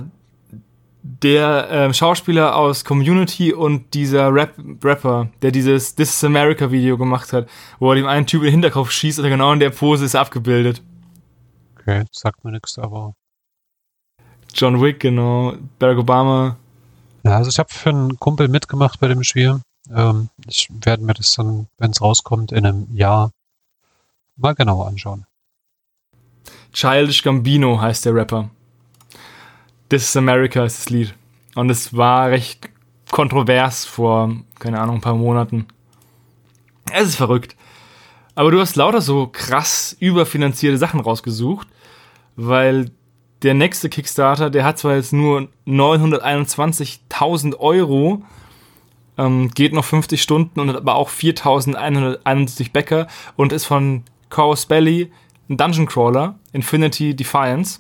der äh, Schauspieler aus Community und dieser Rap- Rapper, der dieses This is America Video gemacht hat, wo er dem einen Typ in den Hinterkopf schießt und genau in der Pose ist er abgebildet. Okay, sagt mir nichts, aber... John Wick, genau. Barack Obama. Ja, also ich habe für einen Kumpel mitgemacht bei dem Spiel. Ähm, ich werde mir das dann, wenn es rauskommt, in einem Jahr mal genauer anschauen. Childish Gambino heißt der Rapper. This is America ist das Lied. Und es war recht kontrovers vor, keine Ahnung, ein paar Monaten. Es ist verrückt. Aber du hast lauter so krass überfinanzierte Sachen rausgesucht, weil der nächste Kickstarter, der hat zwar jetzt nur neunhunderteinundzwanzigtausend Euro, ähm, geht noch fünfzig Stunden und hat aber auch viertausendeinhunderteinundsiebzig Bäcker und ist von Corvus Belli, ein Dungeon Crawler, Infinity Defiance.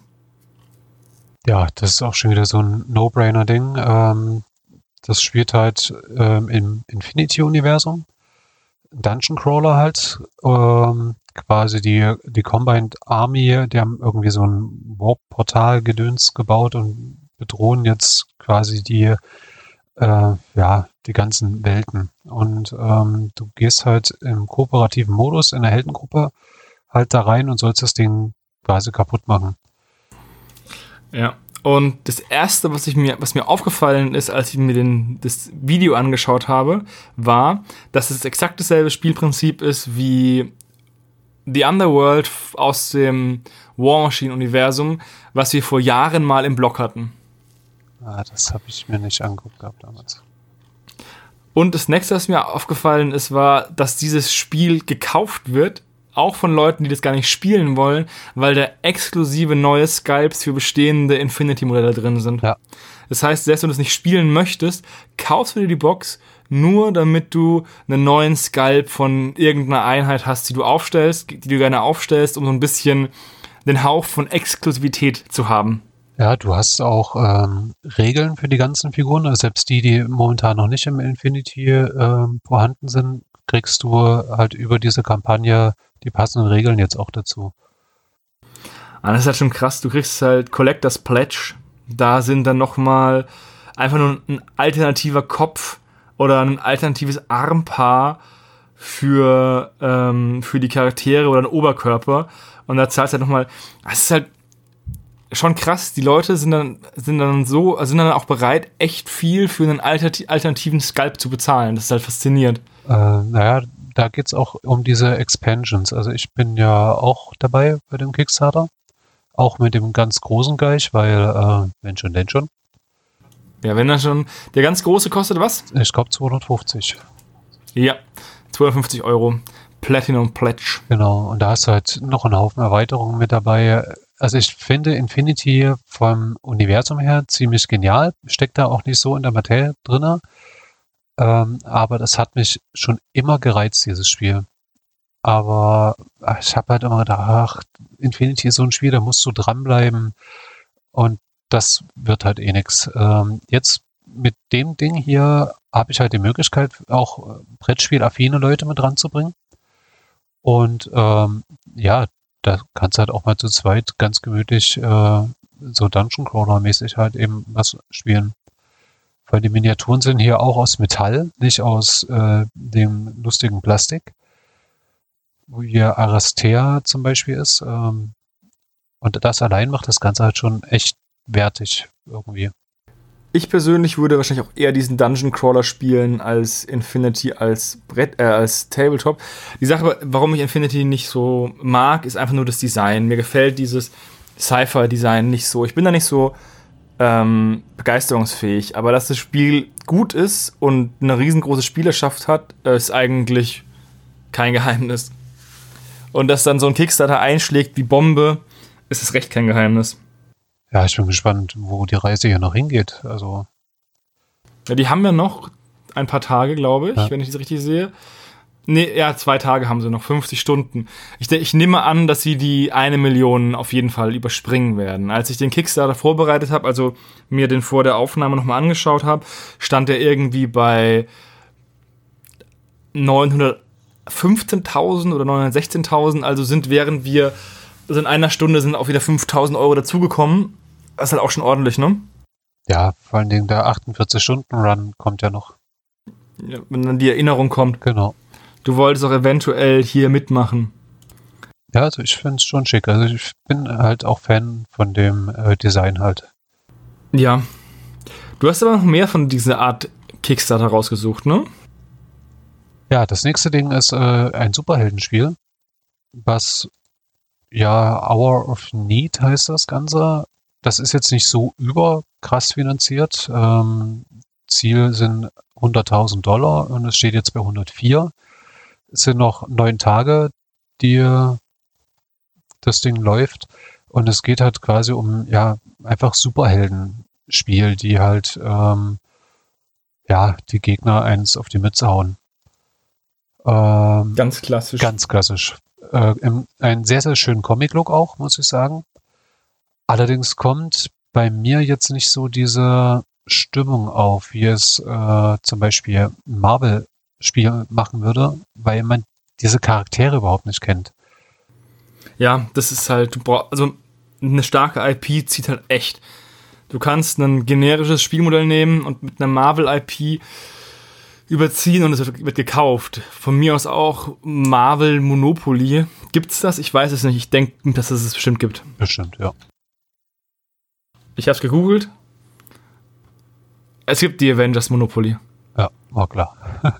Ja, das ist auch schon wieder so ein No-Brainer-Ding. Ähm, das spielt halt ähm, im Infinity-Universum. Dungeon Crawler halt. Ähm, quasi die, die Combined Army, die haben irgendwie so ein Warp-Portal-Gedöns gebaut und bedrohen jetzt quasi die, äh, ja, die ganzen Welten. Und ähm, du gehst halt im kooperativen Modus in der Heldengruppe halt da rein und sollst das Ding quasi kaputt machen. Ja, und das erste, was ich mir, was mir aufgefallen ist, als ich mir den, das Video angeschaut habe, war, dass es exakt dasselbe Spielprinzip ist wie The Underworld aus dem War Machine-Universum, was wir vor Jahren mal im Blog hatten. Ah, das habe ich mir nicht angeguckt gehabt damals. Und das nächste, was mir aufgefallen ist, war, dass dieses Spiel gekauft wird, auch von Leuten, die das gar nicht spielen wollen, weil da exklusive neue Sculpts für bestehende Infinity-Modelle drin sind. Ja. Das heißt, selbst wenn du es nicht spielen möchtest, kaufst du dir die Box nur, damit du einen neuen Sculpt von irgendeiner Einheit hast, die du aufstellst, die du gerne aufstellst, um so ein bisschen den Hauch von Exklusivität zu haben. Ja, du hast auch ähm, Regeln für die ganzen Figuren, also selbst die, die momentan noch nicht im Infinity ähm, vorhanden sind, kriegst du halt über diese Kampagne die passenden Regeln jetzt auch dazu. Das ist halt schon krass. Du kriegst halt Collector's Pledge. Da sind dann nochmal einfach nur ein alternativer Kopf oder ein alternatives Armpaar für, ähm, für die Charaktere oder ein Oberkörper. Und da zahlst du halt nochmal. Das ist halt schon krass. Die Leute sind dann, sind dann so, sind dann auch bereit, echt viel für einen alternativen Sculpt zu bezahlen. Das ist halt faszinierend. Äh, naja, da geht es auch um diese Expansions. Also ich bin ja auch dabei bei dem Kickstarter. Auch mit dem ganz großen Geich, weil, äh, wenn schon, denn schon. Ja, wenn er schon. Der ganz große kostet was? Ich glaube zweihundertfünfzig. Ja, zweihundertfünfzig Euro. Platinum Pledge. Genau, und da hast du halt noch einen Haufen Erweiterungen mit dabei. Also ich finde Infinity vom Universum her ziemlich genial. Steckt da auch nicht so in der Materie drin. Ähm, aber das hat mich schon immer gereizt, dieses Spiel. Aber ich habe halt immer gedacht, ach, Infinity ist so ein Spiel, da musst du dranbleiben. Und das wird halt eh nix. Ähm, jetzt mit dem Ding hier habe ich halt die Möglichkeit, auch Brettspiel-affine Leute mit ranzubringen. Und ähm, ja, da kannst du halt auch mal zu zweit ganz gemütlich äh, so Dungeon Crawler-mäßig halt eben was spielen. Weil die Miniaturen sind hier auch aus Metall, nicht aus äh, dem lustigen Plastik. Wo hier Arastea zum Beispiel ist. Ähm, und das allein macht das Ganze halt schon echt wertig irgendwie. Ich persönlich würde wahrscheinlich auch eher diesen Dungeon Crawler spielen als Infinity als Brett, äh, als Tabletop. Die Sache, warum ich Infinity nicht so mag, ist einfach nur das Design. Mir gefällt dieses Sci-Fi-Design nicht so. Ich bin da nicht so ähm, begeisterungsfähig. Aber dass das Spiel gut ist und eine riesengroße Spielerschaft hat, ist eigentlich kein Geheimnis. Und dass dann so ein Kickstarter einschlägt wie Bombe, ist es recht kein Geheimnis. Ja, ich bin gespannt, wo die Reise hier noch hingeht. Also ja, die haben ja noch ein paar Tage, glaube ich, ja. wenn ich das richtig sehe. Nee, ja, zwei Tage haben sie noch, fünfzig Stunden. Ich, ich nehme an, dass sie die eine Million auf jeden Fall überspringen werden. Als ich den Kickstarter vorbereitet habe, also mir den vor der Aufnahme nochmal angeschaut habe, stand er irgendwie bei neunhundertfünfzehntausend oder neunhundertsechzehntausend. Also sind, während wir also in einer Stunde sind auch wieder fünftausend Euro dazugekommen. Das ist halt auch schon ordentlich, ne? Ja, vor allen Dingen der achtundvierzig-Stunden-Run kommt ja noch. Ja, wenn dann die Erinnerung kommt. Genau. Du wolltest auch eventuell hier mitmachen. Ja, also ich finde es schon schick. Also ich bin halt auch Fan von dem äh, Design halt. Ja. Du hast aber noch mehr von dieser Art Kickstarter rausgesucht, ne? Ja, das nächste Ding ist äh, ein Superheldenspiel, was ja Hour of Need heißt das Ganze. Das ist jetzt nicht so überkrass finanziert. Ähm, Ziel sind hunderttausend Dollar und es steht jetzt bei hundertvier. Es sind noch neun Tage, die das Ding läuft. Und es geht halt quasi um, ja, einfach Superheldenspiel, die halt, ähm, ja, die Gegner eins auf die Mütze hauen. Ähm, ganz klassisch. Ganz klassisch. Äh, im, ein sehr, sehr schönen Comic-Look auch, muss ich sagen. Allerdings kommt bei mir jetzt nicht so diese Stimmung auf, wie es äh, zum Beispiel ein Marvel-Spiel machen würde, weil man diese Charaktere überhaupt nicht kennt. Ja, das ist halt, du brauchst, also eine starke I P zieht halt echt. Du kannst ein generisches Spielmodell nehmen und mit einer Marvel-I P überziehen und es wird gekauft. Von mir aus auch Marvel Monopoly. Gibt's das? Ich weiß es nicht. Ich denke, dass es es bestimmt gibt. Bestimmt, ja. Ich habe es gegoogelt. Es gibt die Avengers Monopoly. Ja, war klar.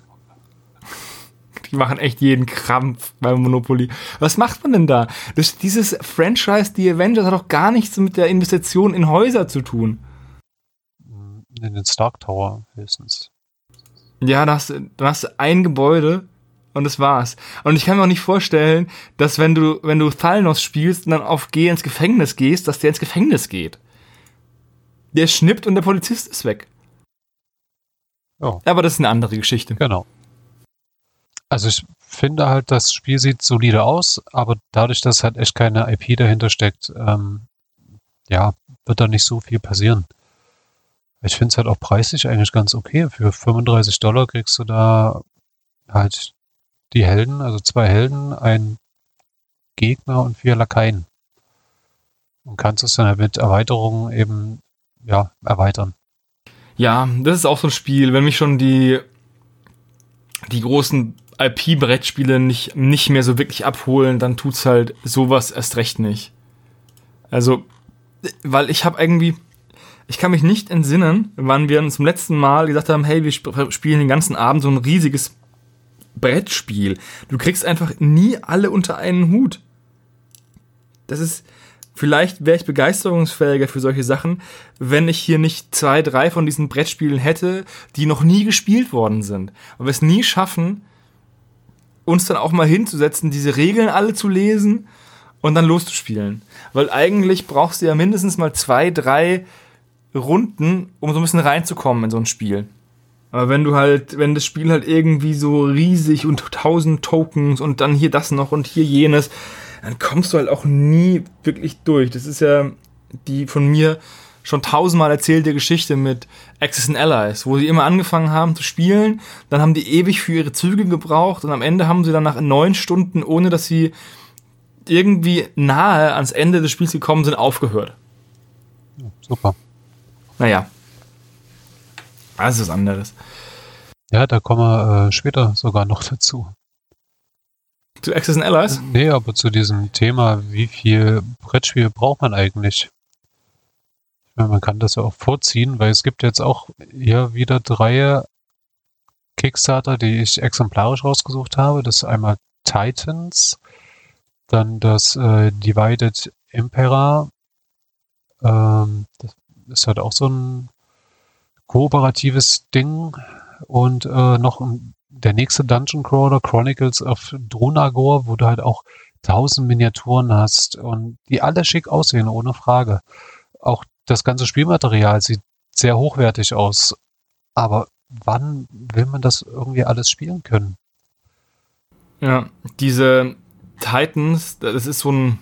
Die machen echt jeden Krampf beim Monopoly. Was macht man denn da? Das, dieses Franchise, die Avengers, hat doch gar nichts mit der Investition in Häuser zu tun. In den Stark Tower höchstens. Ja, da hast, du, da hast du ein Gebäude und das war's. Und ich kann mir auch nicht vorstellen, dass wenn du, wenn du Thanos spielst und dann auf Geh ins Gefängnis gehst, dass der ins Gefängnis geht. Der schnippt und der Polizist ist weg. Oh. Aber das ist eine andere Geschichte. Genau. Also ich finde halt, das Spiel sieht solide aus, aber dadurch, dass halt echt keine I P dahinter steckt, ähm, ja, wird da nicht so viel passieren. Ich finde es halt auch preislich eigentlich ganz okay. Für fünfunddreißig Dollar kriegst du da halt die Helden, also zwei Helden, ein Gegner und vier Lakaien. Und kannst es dann halt mit Erweiterungen eben, ja, erweitern. Ja, das ist auch so ein Spiel, wenn mich schon die, die großen I P-Brettspiele nicht, nicht mehr so wirklich abholen, dann tut's halt sowas erst recht nicht. Also, weil ich habe irgendwie, ich kann mich nicht entsinnen, wann wir zum letzten Mal gesagt haben, hey, wir sp- spielen den ganzen Abend so ein riesiges Brettspiel. Du kriegst einfach nie alle unter einen Hut. Das ist, vielleicht wäre ich begeisterungsfähiger für solche Sachen, wenn ich hier nicht zwei, drei von diesen Brettspielen hätte, die noch nie gespielt worden sind. Aber wir es nie schaffen, uns dann auch mal hinzusetzen, diese Regeln alle zu lesen und dann loszuspielen. Weil eigentlich brauchst du ja mindestens mal zwei, drei Runden, um so ein bisschen reinzukommen in so ein Spiel. Aber wenn du halt, wenn das Spiel halt irgendwie so riesig und tausend Tokens und dann hier das noch und hier jenes, dann kommst du halt auch nie wirklich durch. Das ist ja die von mir schon tausendmal erzählte Geschichte mit Axis and Allies, wo sie immer angefangen haben zu spielen, dann haben die ewig für ihre Züge gebraucht und am Ende haben sie dann nach neun Stunden, ohne dass sie irgendwie nahe ans Ende des Spiels gekommen sind, aufgehört. Ja, super. Naja. Das ist was anderes. Ja, da kommen wir äh, später sogar noch dazu. Zu Axis and Allies? Nee, aber zu diesem Thema, wie viel Brettspiel braucht man eigentlich? Ich meine, man kann das ja auch vorziehen, weil es gibt jetzt auch hier wieder drei Kickstarter, die ich exemplarisch rausgesucht habe. Das ist einmal Titans, dann das äh, Divided Emperor. Ähm, das ist halt auch so ein kooperatives Ding. Und äh, noch ein, der nächste Dungeon Crawler, Chronicles of Drunagor, wo du halt auch tausend Miniaturen hast und die alle schick aussehen, ohne Frage. Auch das ganze Spielmaterial sieht sehr hochwertig aus. Aber wann will man das irgendwie alles spielen können? Ja, diese Titans, das ist so ein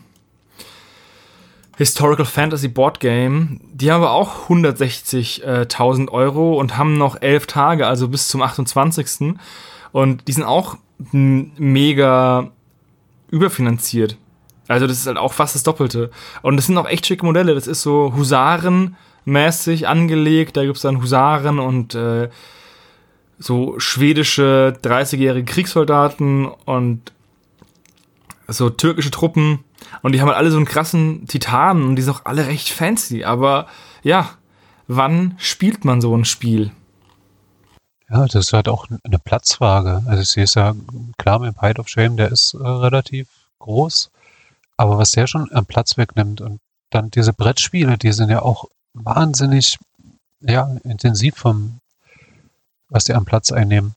Historical Fantasy Board Game. Die haben aber auch hundertsechzigtausend Euro und haben noch elf Tage, also bis zum achtundzwanzigsten Und die sind auch m- mega überfinanziert. Also das ist halt auch fast das Doppelte. Und das sind auch echt schicke Modelle. Das ist so Husaren-mäßig angelegt. Da gibt es dann Husaren und äh, so schwedische dreißigjährige Kriegssoldaten und so türkische Truppen. Und die haben halt alle so einen krassen Titanen und die sind auch alle recht fancy. Aber ja, wann spielt man so ein Spiel? Ja, das ist halt auch eine Platzfrage. Also ich sehe es ja klar mit dem Pile of Shame, der ist äh, relativ groß. Aber was der schon am Platz wegnimmt und dann diese Brettspiele, die sind ja auch wahnsinnig ja, intensiv vom, was die am Platz einnehmen.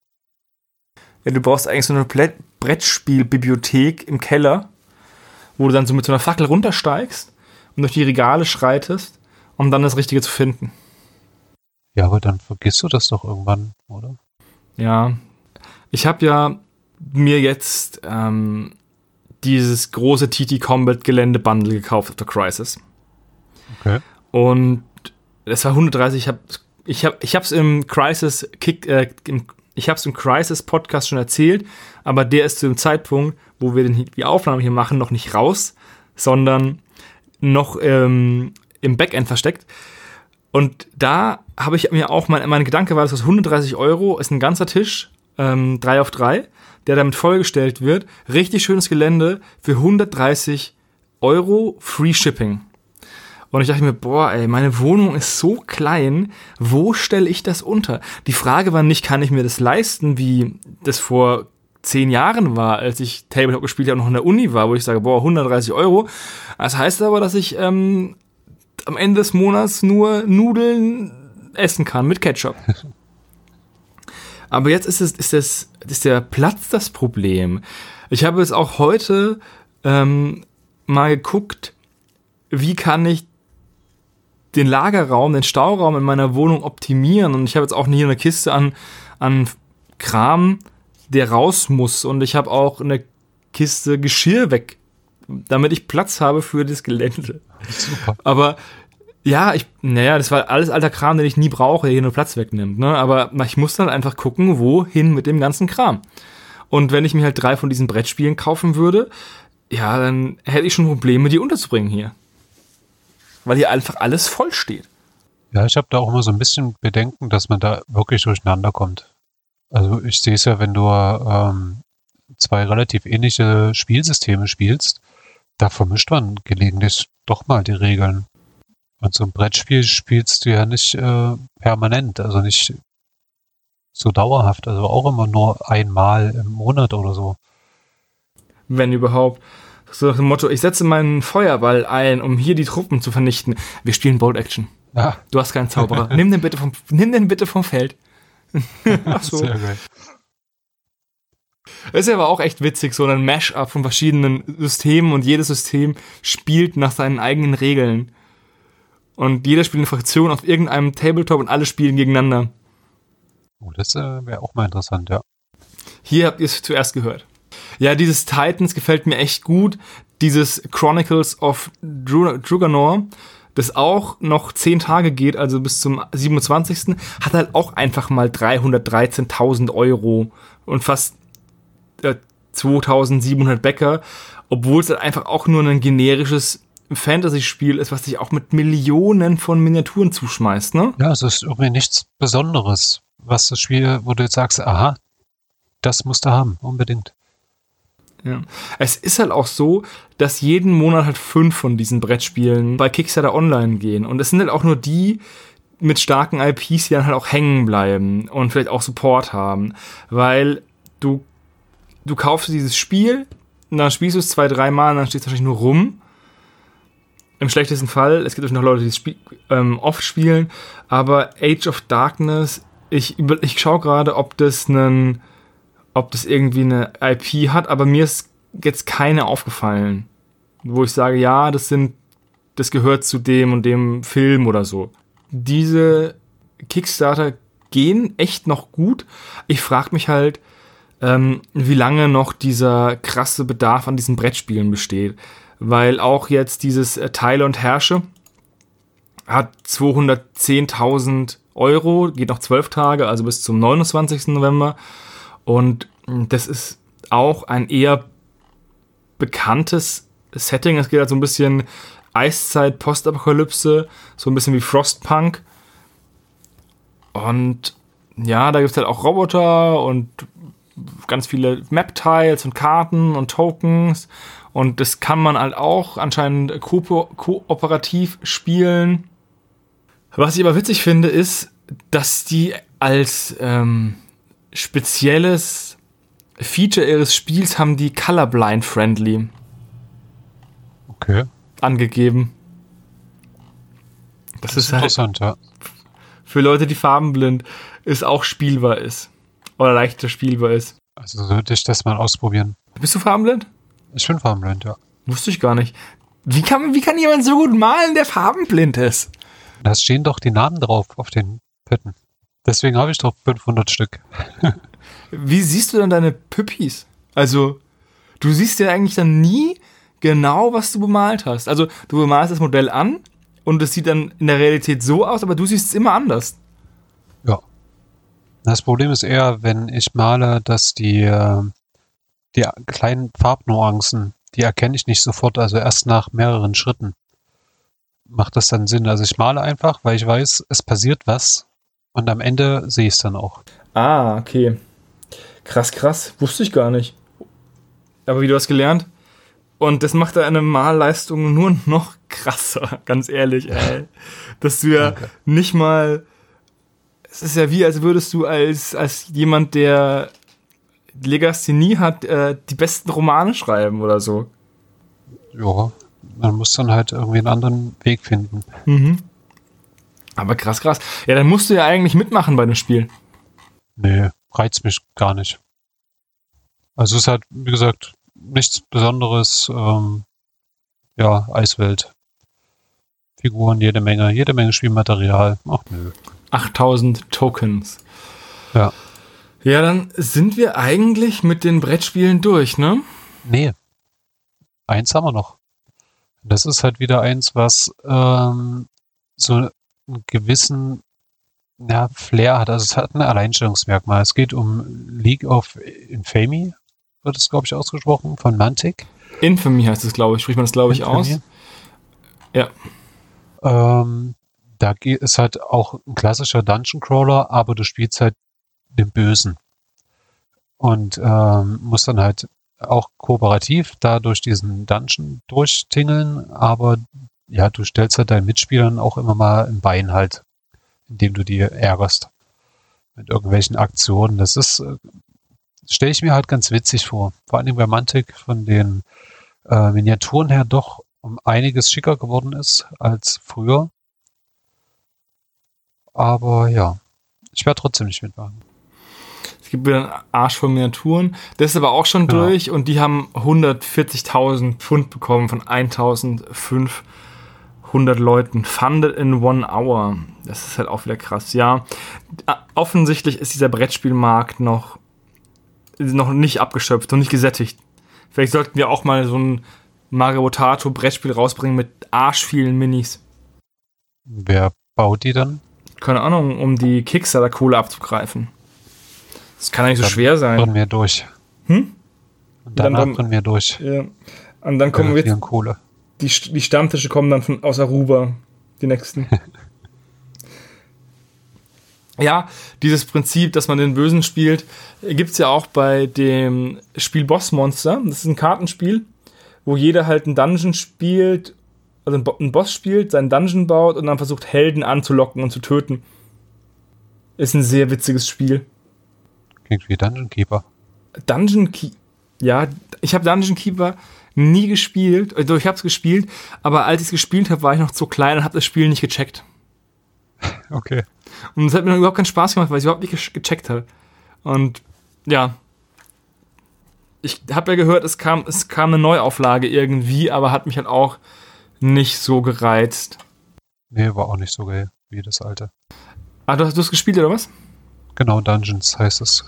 Ja, du brauchst eigentlich so eine Ble- Brettspielbibliothek im Keller, wo du dann so mit so einer Fackel runtersteigst und durch die Regale schreitest, um dann das Richtige zu finden. Ja, aber dann vergisst du das doch irgendwann, oder? Ja, ich habe ja mir jetzt ähm, dieses große T T Combat Gelände Bundle gekauft auf der Crisis. Okay. Und das war hundertdreißig. Ich habe ich hab, ich hab's im Crisis Kick, äh, im, ich hab's im Crisis Podcast schon erzählt, aber der ist zu dem Zeitpunkt, wo wir den, die Aufnahme hier machen, noch nicht raus, sondern noch ähm, im Backend versteckt. Und da habe ich mir auch, mein, mein Gedanke war, das kostet hundertdreißig Euro, ist ein ganzer Tisch, ähm, drei auf drei, der damit vollgestellt wird. Richtig schönes Gelände für hundertdreißig Euro Free Shipping. Und ich dachte mir, boah, ey, meine Wohnung ist so klein, wo stelle ich das unter? Die Frage war nicht, kann ich mir das leisten, wie das vor zehn Jahren war, als ich Tabletop gespielt habe und noch in der Uni war, wo ich sage, boah, hundertdreißig Euro. Das heißt aber, dass ich ähm, am Ende des Monats nur Nudeln essen kann mit Ketchup. Aber jetzt ist es ist das ist der Platz das Problem. Ich habe jetzt auch heute ähm, mal geguckt, wie kann ich den Lagerraum, den Stauraum in meiner Wohnung optimieren. Und ich habe jetzt auch hier eine Kiste an, an Kram, der raus muss. Und ich habe auch eine Kiste Geschirr weg, damit ich Platz habe für das Gelände. Super. Aber ja, ich, naja, das war alles alter Kram, den ich nie brauche, der hier nur Platz wegnimmt. Ne? Aber ich muss dann einfach gucken, wohin mit dem ganzen Kram. Und wenn ich mir halt drei von diesen Brettspielen kaufen würde, ja, dann hätte ich schon Probleme, die unterzubringen hier. Weil hier einfach alles voll steht. Ja, ich habe da auch immer so ein bisschen Bedenken, dass man da wirklich durcheinander kommt. Also ich sehe es ja, wenn du ähm, zwei relativ ähnliche Spielsysteme spielst, da vermischt man gelegentlich doch mal die Regeln. Und so ein Brettspiel spielst du ja nicht äh, permanent, also nicht so dauerhaft, also auch immer nur einmal im Monat oder so. Wenn überhaupt. So nach dem Motto, ich setze meinen Feuerball ein, um hier die Truppen zu vernichten. Wir spielen Bolt Action. Ja. Du hast keinen Zauberer. nimm den bitte vom, nimm den bitte vom Feld. Ach so. Sehr geil. Es ist aber auch echt witzig, so ein Mash-up von verschiedenen Systemen und jedes System spielt nach seinen eigenen Regeln. Und jeder spielt eine Fraktion auf irgendeinem Tabletop und alle spielen gegeneinander. Oh, das äh, wäre auch mal interessant, ja. Hier habt ihr es zuerst gehört. Ja, dieses Titans gefällt mir echt gut. Dieses Chronicles of Dru- Druganor, das auch noch zehn Tage geht, also bis zum siebenundzwanzigsten hat halt auch einfach mal dreihundertdreizehntausend Euro und fast äh, zweitausendsiebenhundert Bäcker, obwohl es halt einfach auch nur ein generisches Fantasy-Spiel ist, was sich auch mit Millionen von Miniaturen zuschmeißt, ne? Ja, es ist irgendwie nichts Besonderes, was das Spiel, wo du jetzt sagst, aha, das musst du haben, unbedingt. Ja. Es ist halt auch so, dass jeden Monat halt fünf von diesen Brettspielen bei Kickstarter online gehen. Und es sind halt auch nur die mit starken I Ps, die dann halt auch hängen bleiben und vielleicht auch Support haben. Weil du, du kaufst dieses Spiel, und dann spielst du es zwei, dreimal und dann stehst du wahrscheinlich nur rum. Im schlechtesten Fall, es gibt natürlich noch Leute, die es spiel, ähm, oft spielen, aber Age of Darkness, ich, über, ich schaue gerade, ob das einen ob das irgendwie eine I P hat, aber mir ist jetzt keine aufgefallen, wo ich sage, ja, das sind, das gehört zu dem und dem Film oder so. Diese Kickstarter gehen echt noch gut. Ich frage mich halt, ähm, wie lange noch dieser krasse Bedarf an diesen Brettspielen besteht, weil auch jetzt dieses äh, Teile und Herrsche hat zweihundertzehntausend Euro, geht noch zwölf Tage, also bis zum neunundzwanzigsten November. Und das ist auch ein eher bekanntes Setting. Es geht halt so ein bisschen Eiszeit, Postapokalypse, so ein bisschen wie Frostpunk. Und ja, da gibt es halt auch Roboter und ganz viele Map-Tiles und Karten und Tokens. Und das kann man halt auch anscheinend ko- kooperativ spielen. Was ich aber witzig finde, ist, dass die als ähm, spezielles Feature ihres Spiels haben die colorblind-friendly Okay. angegeben. Das, Das ist ist halt interessant, ja. für Leute, die farbenblind ist, auch spielbar ist. Oder leichter spielbar ist. Also sollte ich das mal ausprobieren. Bist du farbenblind? Ich bin farbenblind, ja. Wusste ich gar nicht. Wie kann, wie kann jemand so gut malen, der farbenblind ist? Da stehen doch die Namen drauf auf den Pötten. Deswegen habe ich doch fünfhundert Stück. Wie siehst du dann deine Püppis? Also, du siehst ja eigentlich dann nie genau, was du bemalt hast. Also, du bemalst das Modell an und es sieht dann in der Realität so aus, aber du siehst es immer anders. Ja. Das Problem ist eher, wenn ich male, dass die, äh, die kleinen Farbnuancen, die erkenne ich nicht sofort, also erst nach mehreren Schritten macht das dann Sinn. Also ich male einfach, weil ich weiß, es passiert was und am Ende sehe ich es dann auch. Ah, okay. Krass, krass. Wusste ich gar nicht. Aber wie du hast gelernt. Und das macht deine Malleistung nur noch krasser, ganz ehrlich, ey. Dass du ja Danke. nicht mal... Es ist ja wie, als würdest du als, als jemand, der Legasthenie hat, äh, die besten Romane schreiben oder so. Ja, man muss dann halt irgendwie einen anderen Weg finden. Mhm. Aber krass, krass. Ja, dann musst du ja eigentlich mitmachen bei dem Spiel. Nee, reizt mich gar nicht. Also es ist halt, wie gesagt, nichts Besonderes. Ähm, ja, Eiswelt. Figuren, jede Menge, jede Menge Spielmaterial. Ach nö. achttausend Tokens. Ja. Ja, dann sind wir eigentlich mit den Brettspielen durch, ne? Nee. Eins haben wir noch. Das ist halt wieder eins, was ähm, so einen gewissen ja, Flair hat. Also es hat ein Alleinstellungsmerkmal. Es geht um League of Infamy, wird es, glaube ich, ausgesprochen, von Mantic. Infamy heißt es, glaube ich. Spricht man das, glaube ich, aus? Infamy. Ja. Ähm, da geht es halt auch ein klassischer Dungeon Crawler, aber du spielst halt den Bösen. Und ähm, musst dann halt auch kooperativ da durch diesen Dungeon durchtingeln, aber ja, du stellst halt deinen Mitspielern auch immer mal ein Bein halt, indem du die ärgerst mit irgendwelchen Aktionen. Das ist, äh, stelle ich mir halt ganz witzig vor. Vor allem bei Mantic von den äh, Miniaturen her doch um einiges schicker geworden ist als früher. Aber ja, ich werde trotzdem nicht mitmachen. Es gibt wieder einen Arsch von Miniaturen. Das ist aber auch schon Genau. durch und die haben hundertvierzigtausend Pfund bekommen von eintausendfünfhundert Leuten. Funded in one hour. Das ist halt auch wieder krass. Ja, offensichtlich ist dieser Brettspielmarkt noch, noch nicht abgeschöpft, noch nicht gesättigt. Vielleicht sollten wir auch mal so ein Mario Potato Brettspiel rausbringen mit arsch vielen Minis. Wer baut die dann? Keine Ahnung, um die Kickstarter-Kohle abzugreifen. Das kann ja nicht so Dann schwer sein. Brennen wir durch. Hm? Und danach Dann- dann- brennen wir durch. Ja. Und dann kommen wir jetzt, Vielen Kohle. die, die Stammtische kommen dann von, aus Aruba, die nächsten. Ja, dieses Prinzip, dass man den Bösen spielt, gibt es ja auch bei dem Spiel Boss Monster. Das ist ein Kartenspiel, wo jeder halt einen Dungeon spielt, also einen Bo- einen Boss spielt, seinen Dungeon baut und dann versucht, Helden anzulocken und zu töten. Ist ein sehr witziges Spiel. Klingt wie Dungeon Keeper. Dungeon Keeper. Ja, ich habe Dungeon Keeper nie gespielt. Also ich habe es gespielt, aber als ich es gespielt habe, war ich noch zu klein und habe das Spiel nicht gecheckt. Okay. Und es hat mir dann überhaupt keinen Spaß gemacht, weil ich überhaupt nicht ge- gecheckt habe. Und ja. Ich habe ja gehört, es kam, es kam eine Neuauflage irgendwie, aber hat mich halt auch nicht so gereizt. Nee, war auch nicht so geil wie das alte. Ah, du hast es gespielt, oder was? Genau, Dungeons heißt es.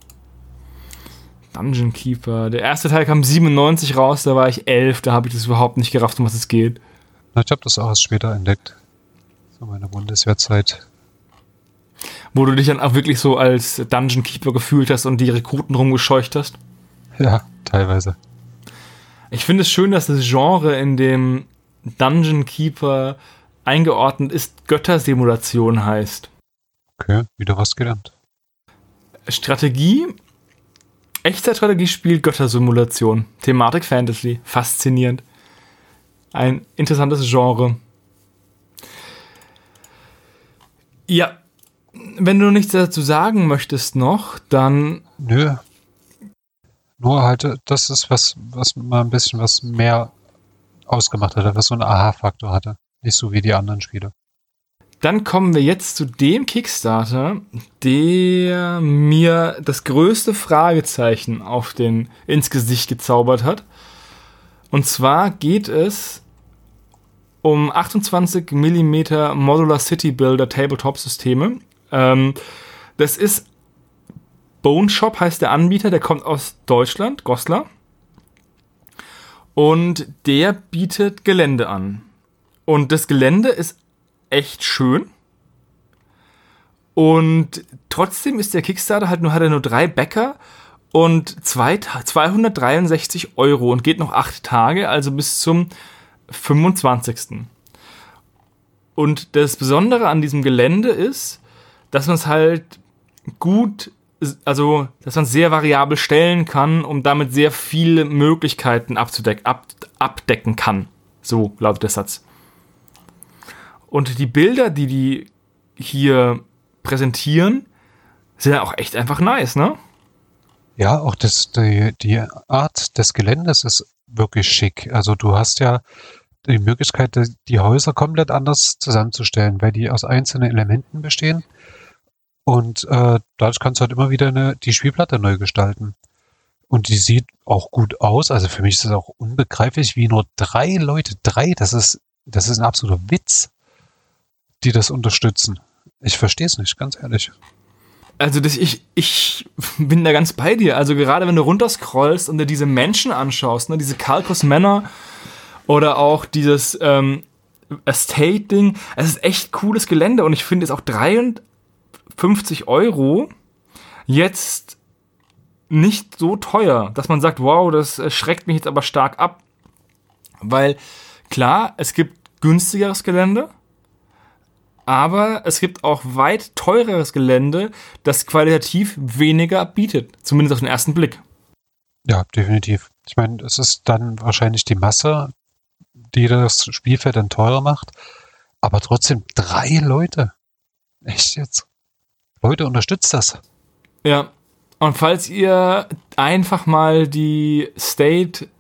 Dungeon Keeper. Der erste Teil kam siebenundneunzig raus, da war ich elf, da habe ich das überhaupt nicht gerafft, um was es geht. Na, ich habe das auch erst später entdeckt. So meine Bundeswehrzeit. Wo du dich dann auch wirklich so als Dungeon Keeper gefühlt hast und die Rekruten rumgescheucht hast. Ja, teilweise. Ich finde es schön, dass das Genre, in dem Dungeon Keeper eingeordnet ist, Göttersimulation heißt. Okay, wieder was gelernt. Strategie, Echtzeitstrategiespiel, Göttersimulation. Thematik Fantasy. Faszinierend. Ein interessantes Genre. Ja, wenn du nichts dazu sagen möchtest noch, dann Nö. Nur halt, das ist was, was mal ein bisschen was mehr ausgemacht hat, was so einen Aha-Faktor hatte. Nicht so wie die anderen Spiele. Dann kommen wir jetzt zu dem Kickstarter, der mir das größte Fragezeichen auf den, ins Gesicht gezaubert hat. Und zwar geht es um achtundzwanzig Millimeter Modular City Builder Tabletop Systeme. Ähm, das ist Bone Shop, heißt der Anbieter, der kommt aus Deutschland, Goslar. Und der bietet Gelände an. Und das Gelände ist echt schön. Und trotzdem ist der Kickstarter halt nur, hat er nur drei Bäcker und zwei, zweihundertdreiundsechzig Euro und geht noch acht Tage, also bis zum fünfundzwanzigsten Und das Besondere an diesem Gelände ist, dass man es halt gut, also dass man es sehr variabel stellen kann und damit sehr viele Möglichkeiten abzudecken, ab, abdecken kann. So lautet der Satz. Und die Bilder, die die hier präsentieren, sind ja auch echt einfach nice, ne? Ja, auch das, die, die Art des Geländes ist wirklich schick. Also du hast ja die Möglichkeit, die Häuser komplett anders zusammenzustellen, weil die aus einzelnen Elementen bestehen. Und äh, dadurch kannst du halt immer wieder eine, die Spielplatte neu gestalten. Und die sieht auch gut aus. Also für mich ist es auch unbegreiflich, wie nur drei Leute, drei, das ist, das ist ein absoluter Witz, die das unterstützen. Ich verstehe es nicht, ganz ehrlich. Also das, ich, ich bin da ganz bei dir. Also gerade wenn du runterscrollst und dir diese Menschen anschaust, ne, diese Kalkos-Männer oder auch dieses ähm, Estate-Ding, es ist echt cooles Gelände und ich finde es auch dreiundfünfzig Euro jetzt nicht so teuer, dass man sagt, wow, das schreckt mich jetzt aber stark ab. Weil klar, es gibt günstigeres Gelände, aber es gibt auch weit teureres Gelände, das qualitativ weniger bietet. Zumindest auf den ersten Blick. Ja, definitiv. Ich meine, es ist dann wahrscheinlich die Masse, die das Spielfeld dann teurer macht. Aber trotzdem drei Leute. Echt jetzt? Leute, unterstützt das. Ja, und falls ihr einfach mal die State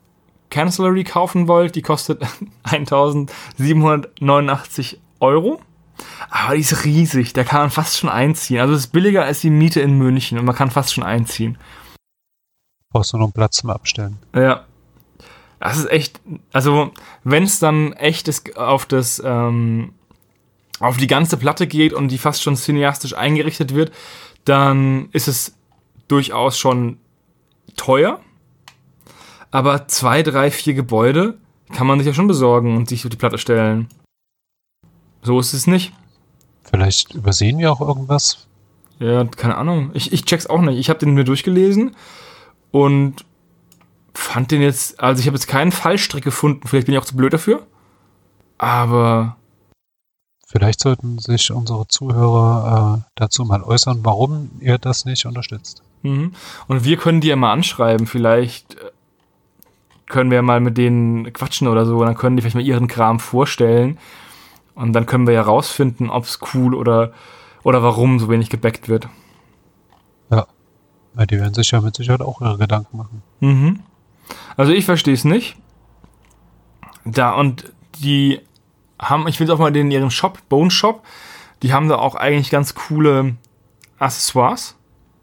Cancellery kaufen wollt, die kostet eintausendsiebenhundertneunundachtzig Euro. Aber die ist riesig, da kann man fast schon einziehen. Also es ist billiger als die Miete in München und man kann fast schon einziehen. Brauchst du noch einen Platz zum Abstellen. Ja. Das ist echt, also wenn es dann echt ist, auf das, ähm, auf die ganze Platte geht und die fast schon cineastisch eingerichtet wird, dann ist es durchaus schon teuer. Aber zwei, drei, vier Gebäude kann man sich ja schon besorgen und sich auf die Platte stellen. So ist es nicht. Vielleicht übersehen wir auch irgendwas. Ja, keine Ahnung. Ich, ich check's auch nicht. Ich habe den mir durchgelesen und fand den jetzt, also ich habe jetzt keinen Fallstrick gefunden. Vielleicht bin ich auch zu blöd dafür. Aber vielleicht sollten sich unsere Zuhörer äh, dazu mal äußern, warum ihr das nicht unterstützt. Mhm. Und wir können die ja mal anschreiben. Vielleicht können wir mal mit denen quatschen oder so. Und dann können die vielleicht mal ihren Kram vorstellen. Und dann können wir ja rausfinden, ob es cool oder, oder warum so wenig gebackt wird. Ja, weil die werden sich ja mit Sicherheit auch ihre Gedanken machen. Mhm. Also ich verstehe es nicht. Da und die haben, ich will es auch mal in ihrem Shop, Bone Shop, die haben da auch eigentlich ganz coole Accessoires.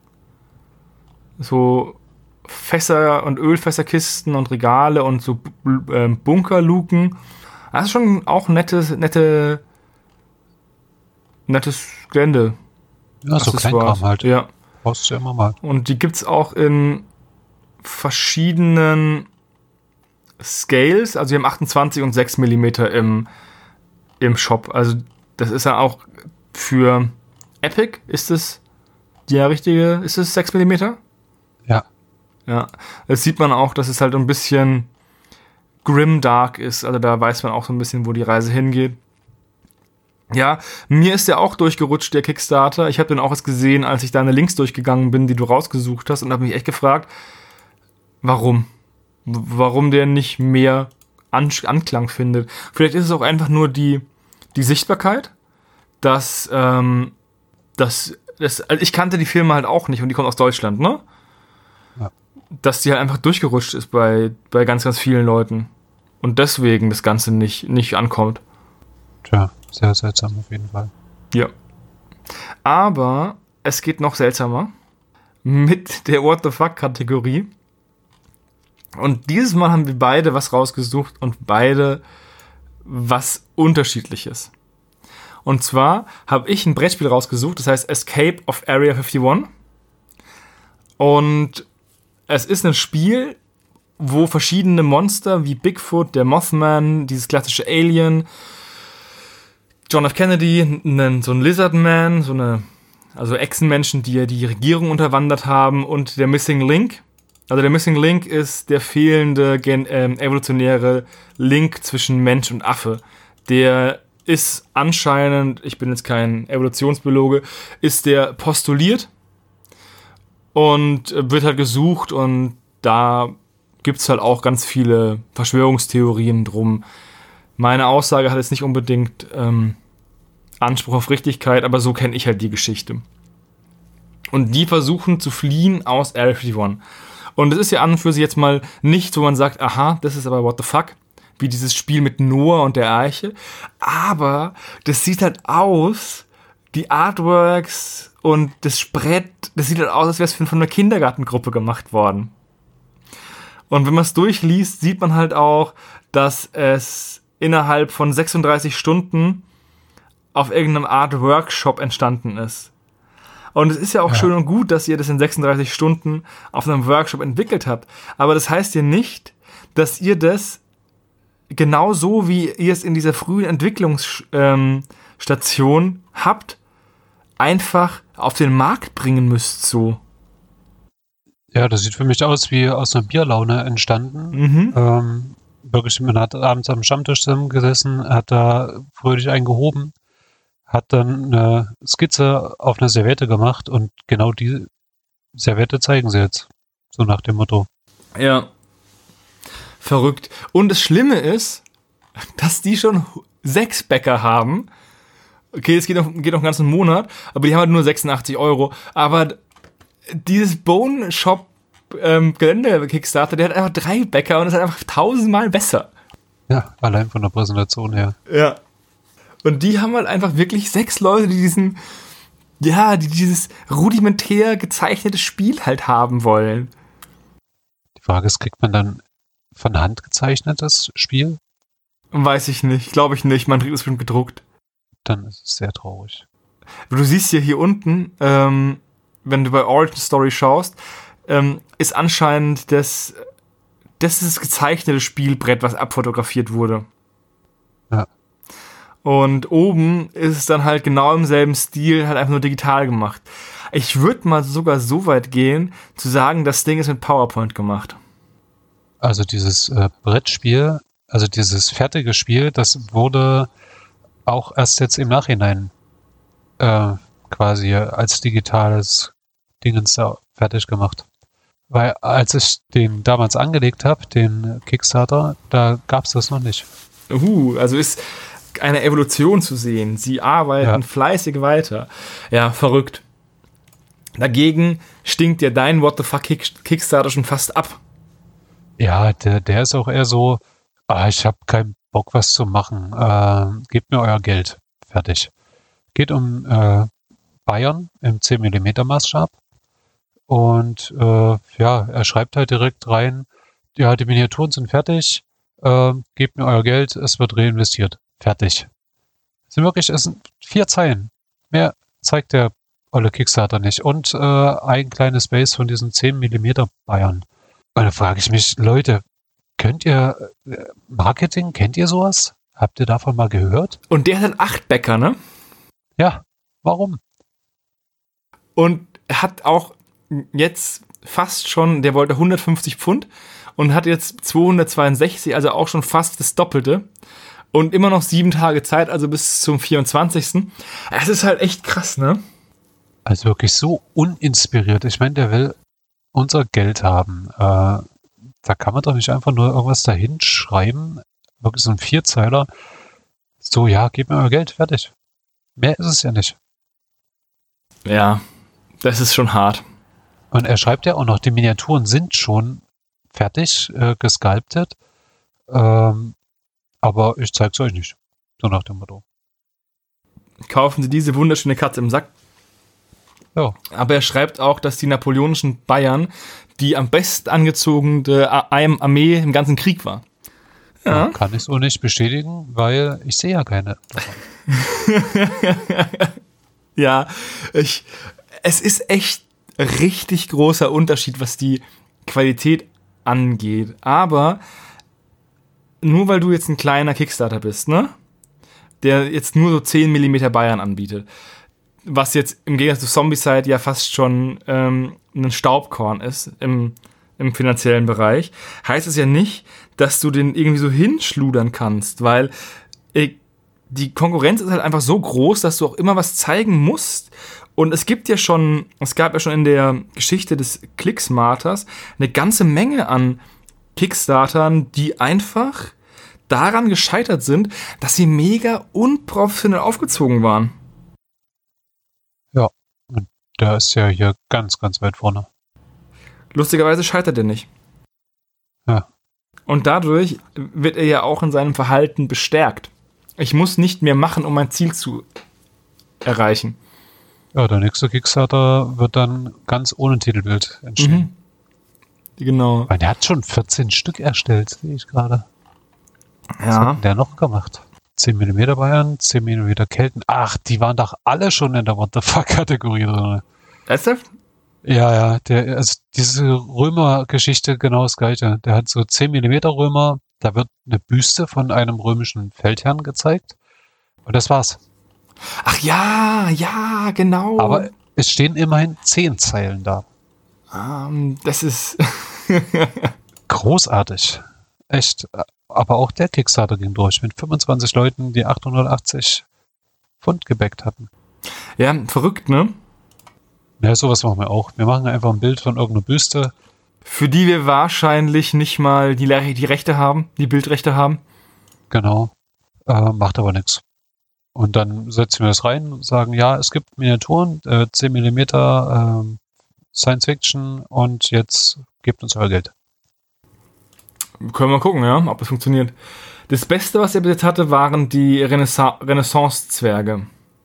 So Fässer und Ölfässerkisten und Regale und so äh, Bunkerluken. Das ist schon auch nettes, nette, nettes Gelände. Ja, so Kleinkram halt. Ja. Brauchst du ja immer mal. Und die gibt's auch in verschiedenen Scales. Also wir haben achtundzwanzig und sechs Millimeter im, im Shop. Also das ist ja auch für Epic, ist es der richtige, ist es sechs Millimeter? Ja. Ja, das sieht man auch, dass es halt ein bisschen grimdark ist. Also da weiß man auch so ein bisschen, wo die Reise hingeht. Ja, mir ist der auch durchgerutscht, der Kickstarter. Ich habe den auch erst gesehen, als ich deine Links durchgegangen bin, die du rausgesucht hast, und habe mich echt gefragt, warum? W- warum der nicht mehr An- Anklang findet. Vielleicht ist es auch einfach nur die, die Sichtbarkeit, dass, ähm, dass, dass also ich kannte die Filme halt auch nicht und die kommen aus Deutschland, ne? Ja. Dass die halt einfach durchgerutscht ist bei, bei ganz, ganz vielen Leuten. Und deswegen das Ganze nicht, nicht ankommt. Tja, sehr seltsam auf jeden Fall. Ja. Aber es geht noch seltsamer mit der What the Fuck-Kategorie. Und dieses Mal haben wir beide was rausgesucht und beide was Unterschiedliches. Und zwar habe ich ein Brettspiel rausgesucht, das heißt Escape of Area einundfünfzig. Und es ist ein Spiel, wo verschiedene Monster wie Bigfoot, der Mothman, dieses klassische Alien, John F. Kennedy, einen, so ein Lizardman, so eine, also Echsenmenschen, die ja die Regierung unterwandert haben, und der Missing Link. Also der Missing Link ist der fehlende gen, ähm, evolutionäre Link zwischen Mensch und Affe. Der ist anscheinend, ich bin jetzt kein Evolutionsbiologe, ist der postuliert und wird halt gesucht, und da gibt es halt auch ganz viele Verschwörungstheorien drum. Meine Aussage hat jetzt nicht unbedingt ähm, Anspruch auf Richtigkeit, aber so kenne ich halt die Geschichte. Und die versuchen zu fliehen aus Area einundfünfzig. Und es ist ja an und für sich jetzt mal nicht, wo man sagt, aha, das ist aber what the fuck, wie dieses Spiel mit Noah und der Arche. Aber das sieht halt aus, die Artworks und das Brett, das sieht halt aus, als wäre es von einer Kindergartengruppe gemacht worden. Und wenn man es durchliest, sieht man halt auch, dass es innerhalb von sechsunddreißig Stunden auf irgendeinem Art Workshop entstanden ist. Und es ist ja auch ja. schön und gut, dass ihr das in sechsunddreißig Stunden auf einem Workshop entwickelt habt. Aber das heißt ja nicht, dass ihr das genauso, wie ihr es in dieser frühen Entwicklungsstation ähm, habt, einfach auf den Markt bringen müsst so. Ja, das sieht für mich aus wie aus einer Bierlaune entstanden. Mhm. Ähm, wirklich, man hat abends am Stammtisch zusammengesessen, hat da fröhlich einen gehoben, hat dann eine Skizze auf einer Serviette gemacht, und genau die Serviette zeigen sie jetzt. So nach dem Motto. Ja. Verrückt. Und das Schlimme ist, dass die schon sechs Bäcker haben. Okay, es geht noch, geht noch einen ganzen Monat, aber die haben halt nur sechsundachtzig Euro. Aber dieses Bone Shop ähm, Gelände-Kickstarter, der hat einfach drei Bäcker und ist halt einfach tausendmal besser. Ja, allein von der Präsentation her. Ja. Und die haben halt einfach wirklich sechs Leute, die diesen, ja, die dieses rudimentär gezeichnete Spiel halt haben wollen. Die Frage ist, kriegt man dann von Hand gezeichnetes Spiel? Weiß ich nicht, glaube ich nicht. Man kriegt es bestimmt gedruckt. Dann ist es sehr traurig. Du siehst ja hier unten, ähm, wenn du bei Origin Story schaust, ähm, ist anscheinend das, das ist das gezeichnete Spielbrett, was abfotografiert wurde. Ja. Und oben ist es dann halt genau im selben Stil, halt einfach nur digital gemacht. Ich würde mal sogar so weit gehen, zu sagen, das Ding ist mit PowerPoint gemacht. Also dieses äh, Brettspiel, also dieses fertige Spiel, das wurde auch erst jetzt im Nachhinein äh, quasi als digitales Dingens da fertig gemacht. Weil als ich den damals angelegt habe, den Kickstarter, da gab es das noch nicht. Uh, also ist eine Evolution zu sehen. Sie arbeiten Ja. fleißig weiter. Ja, verrückt. Dagegen stinkt ja dein What the fuck Kick- Kickstarter schon fast ab. Ja, der, der ist auch eher so, ah, ich habe keinen Bock, was zu machen. Äh, gebt mir euer Geld. Fertig. Geht um äh, Bayern im zehn Millimeter Maßstab. Und äh, ja, er schreibt halt direkt rein, ja, die Miniaturen sind fertig, äh, gebt mir euer Geld, es wird reinvestiert. Fertig. Es sind wirklich, es sind vier Zeilen. Mehr zeigt der olle Kickstarter nicht. Und äh, ein kleines Base von diesen zehn Millimeter Bayern. Und da frage ich mich, Leute, könnt ihr äh, Marketing, kennt ihr sowas? Habt ihr davon mal gehört? Und der hat acht Bäcker, ne? Ja, warum? Und er hat auch jetzt fast schon, der wollte hundertfünfzig Pfund und hat jetzt zweihundertzweiundsechzig, also auch schon fast das Doppelte. Und immer noch sieben Tage Zeit, also bis zum vierundzwanzigsten Es ist halt echt krass, ne? Also wirklich so uninspiriert. Ich meine, der will unser Geld haben. Äh, da kann man doch nicht einfach nur irgendwas dahin schreiben. Wirklich so ein Vierzeiler. So, ja, gebt mir euer Geld, fertig. Mehr ist es ja nicht. Ja, das ist schon hart. Und er schreibt ja auch noch, die Miniaturen sind schon fertig, äh, gesculptet. Ähm, aber ich zeig's euch nicht. So nach dem Motto. Kaufen Sie diese wunderschöne Katze im Sack. Ja. Aber er schreibt auch, dass die napoleonischen Bayern die am besten angezogene A- Armee im ganzen Krieg war. Ja. Ja, kann ich so nicht bestätigen, weil ich sehe ja keine. Ja, ich, es ist echt richtig großer Unterschied, was die Qualität angeht. Aber nur weil du jetzt ein kleiner Kickstarter bist, ne? Der jetzt nur so zehn Millimeter Bayern anbietet, was jetzt im Gegensatz zu Zombicide ja fast schon ähm, ein Staubkorn ist im, im finanziellen Bereich, heißt es ja nicht, dass du den irgendwie so hinschludern kannst, weil äh, die Konkurrenz ist halt einfach so groß, dass du auch immer was zeigen musst. Und es gibt ja schon, es gab ja schon in der Geschichte des Clicksmarters eine ganze Menge an Kickstartern, die einfach daran gescheitert sind, dass sie mega unprofessionell aufgezogen waren. Ja, und der ist ja hier ganz, ganz weit vorne. Lustigerweise scheitert er nicht. Ja. Und dadurch wird er ja auch in seinem Verhalten bestärkt. Ich muss nicht mehr machen, um mein Ziel zu erreichen. Ja, der nächste Kickstarter wird dann ganz ohne Titelbild entstehen. Mhm. Genau. Weil der hat schon vierzehn Stück erstellt, sehe ich gerade. Was Ja. hat denn der noch gemacht? zehn Millimeter Bayern, zehn Millimeter Kelten. Ach, die waren doch alle schon in der What the fuck-Kategorie drin. Ernsthaft? Ja, ja, der, also diese Römer-Geschichte genau das gleiche. Der hat so zehn Millimeter Römer, da wird eine Büste von einem römischen Feldherrn gezeigt. Und das war's. Ach ja, ja, genau. Aber es stehen immerhin zehn Zeilen da. Ähm, das ist... Großartig. Echt. Aber auch der Kickstarter ging durch mit fünfundzwanzig Leuten, die achthundertachtzig Pfund gebackt hatten. Ja, verrückt, ne? Ja, sowas machen wir auch. Wir machen einfach ein Bild von irgendeiner Büste. Für die wir wahrscheinlich nicht mal die, Le- die Rechte haben, die Bildrechte haben. Genau. Äh, macht aber nichts. Und dann setzen wir das rein und sagen, ja, es gibt Miniaturen, äh, zehn Millimeter äh, Science Fiction und jetzt gebt uns euer Geld. Können wir gucken, ja, ob das funktioniert. Das Beste, was er bis jetzt hatte, waren die Renaissa- Renaissance-Zwerge.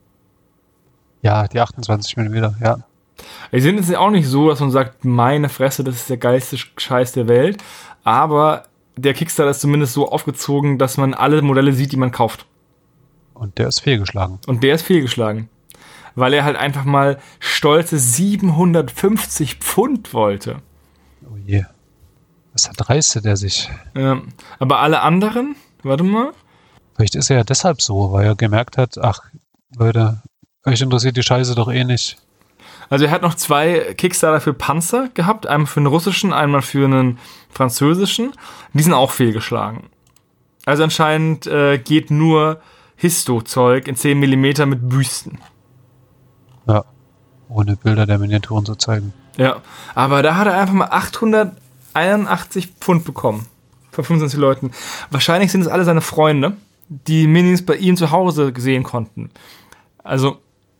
Ja, die achtundzwanzig Millimeter, ja. Die sind jetzt auch nicht so, dass man sagt, meine Fresse, das ist der geilste Scheiß der Welt. Aber der Kickstarter ist zumindest so aufgezogen, dass man alle Modelle sieht, die man kauft. Und der ist fehlgeschlagen. Und der ist fehlgeschlagen. Weil er halt einfach mal stolze siebenhundertfünfzig Pfund wollte. Oh je. Was erdreistet er sich? Ja. Aber alle anderen, warte mal. Vielleicht ist er ja deshalb so, weil er gemerkt hat, ach, Leute, euch interessiert die Scheiße doch eh nicht. Also er hat noch zwei Kickstarter für Panzer gehabt, einmal für einen russischen, einmal für einen französischen. Die sind auch fehlgeschlagen. Also anscheinend äh, geht nur Histo-Zeug in zehn Millimeter mit Büsten. Ja, ohne Bilder der Miniaturen zu zeigen. Ja, aber da hat er einfach mal achthunderteinundachtzig Pfund bekommen. Von fünfundzwanzig Leuten. Wahrscheinlich sind es alle seine Freunde, die Minis bei ihm zu Hause sehen konnten. Also,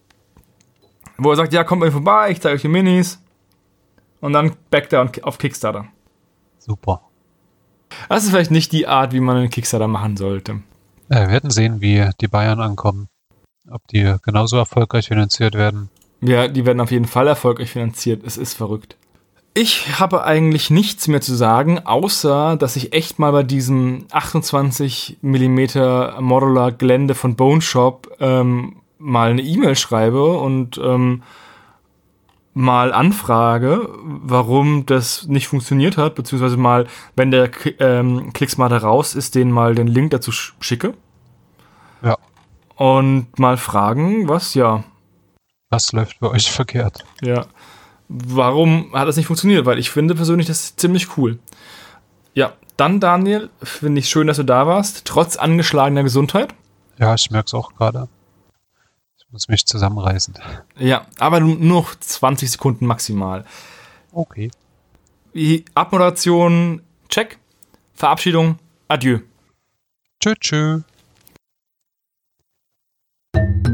wo er sagt, ja, kommt mal vorbei, ich zeige euch die Minis. Und dann backt er auf Kickstarter. Super. Das ist vielleicht nicht die Art, wie man einen Kickstarter machen sollte. Ja, wir werden sehen, wie die Bayern ankommen. Ob die genauso erfolgreich finanziert werden. Ja, die werden auf jeden Fall erfolgreich finanziert. Es ist verrückt. Ich habe eigentlich nichts mehr zu sagen, außer, dass ich echt mal bei diesem achtundzwanzig Millimeter Modular Gelände von Bone Shop ähm, mal eine E-Mail schreibe und ähm, mal anfrage, warum das nicht funktioniert hat, beziehungsweise mal, wenn der ähm, Clicksmarter raus ist, denen mal den Link dazu sch- schicke. Ja. Und mal fragen, was, ja. Was läuft bei euch verkehrt? Ja. Warum hat das nicht funktioniert? Weil ich finde persönlich das ziemlich cool. Ja, dann Daniel, finde ich schön, dass du da warst, trotz angeschlagener Gesundheit. Ja, ich merke es auch gerade. Ich muss mich zusammenreißen. Ja, aber nur noch zwanzig Sekunden maximal. Okay. Die Abmoderation, check. Verabschiedung, adieu. Tschö, tschö.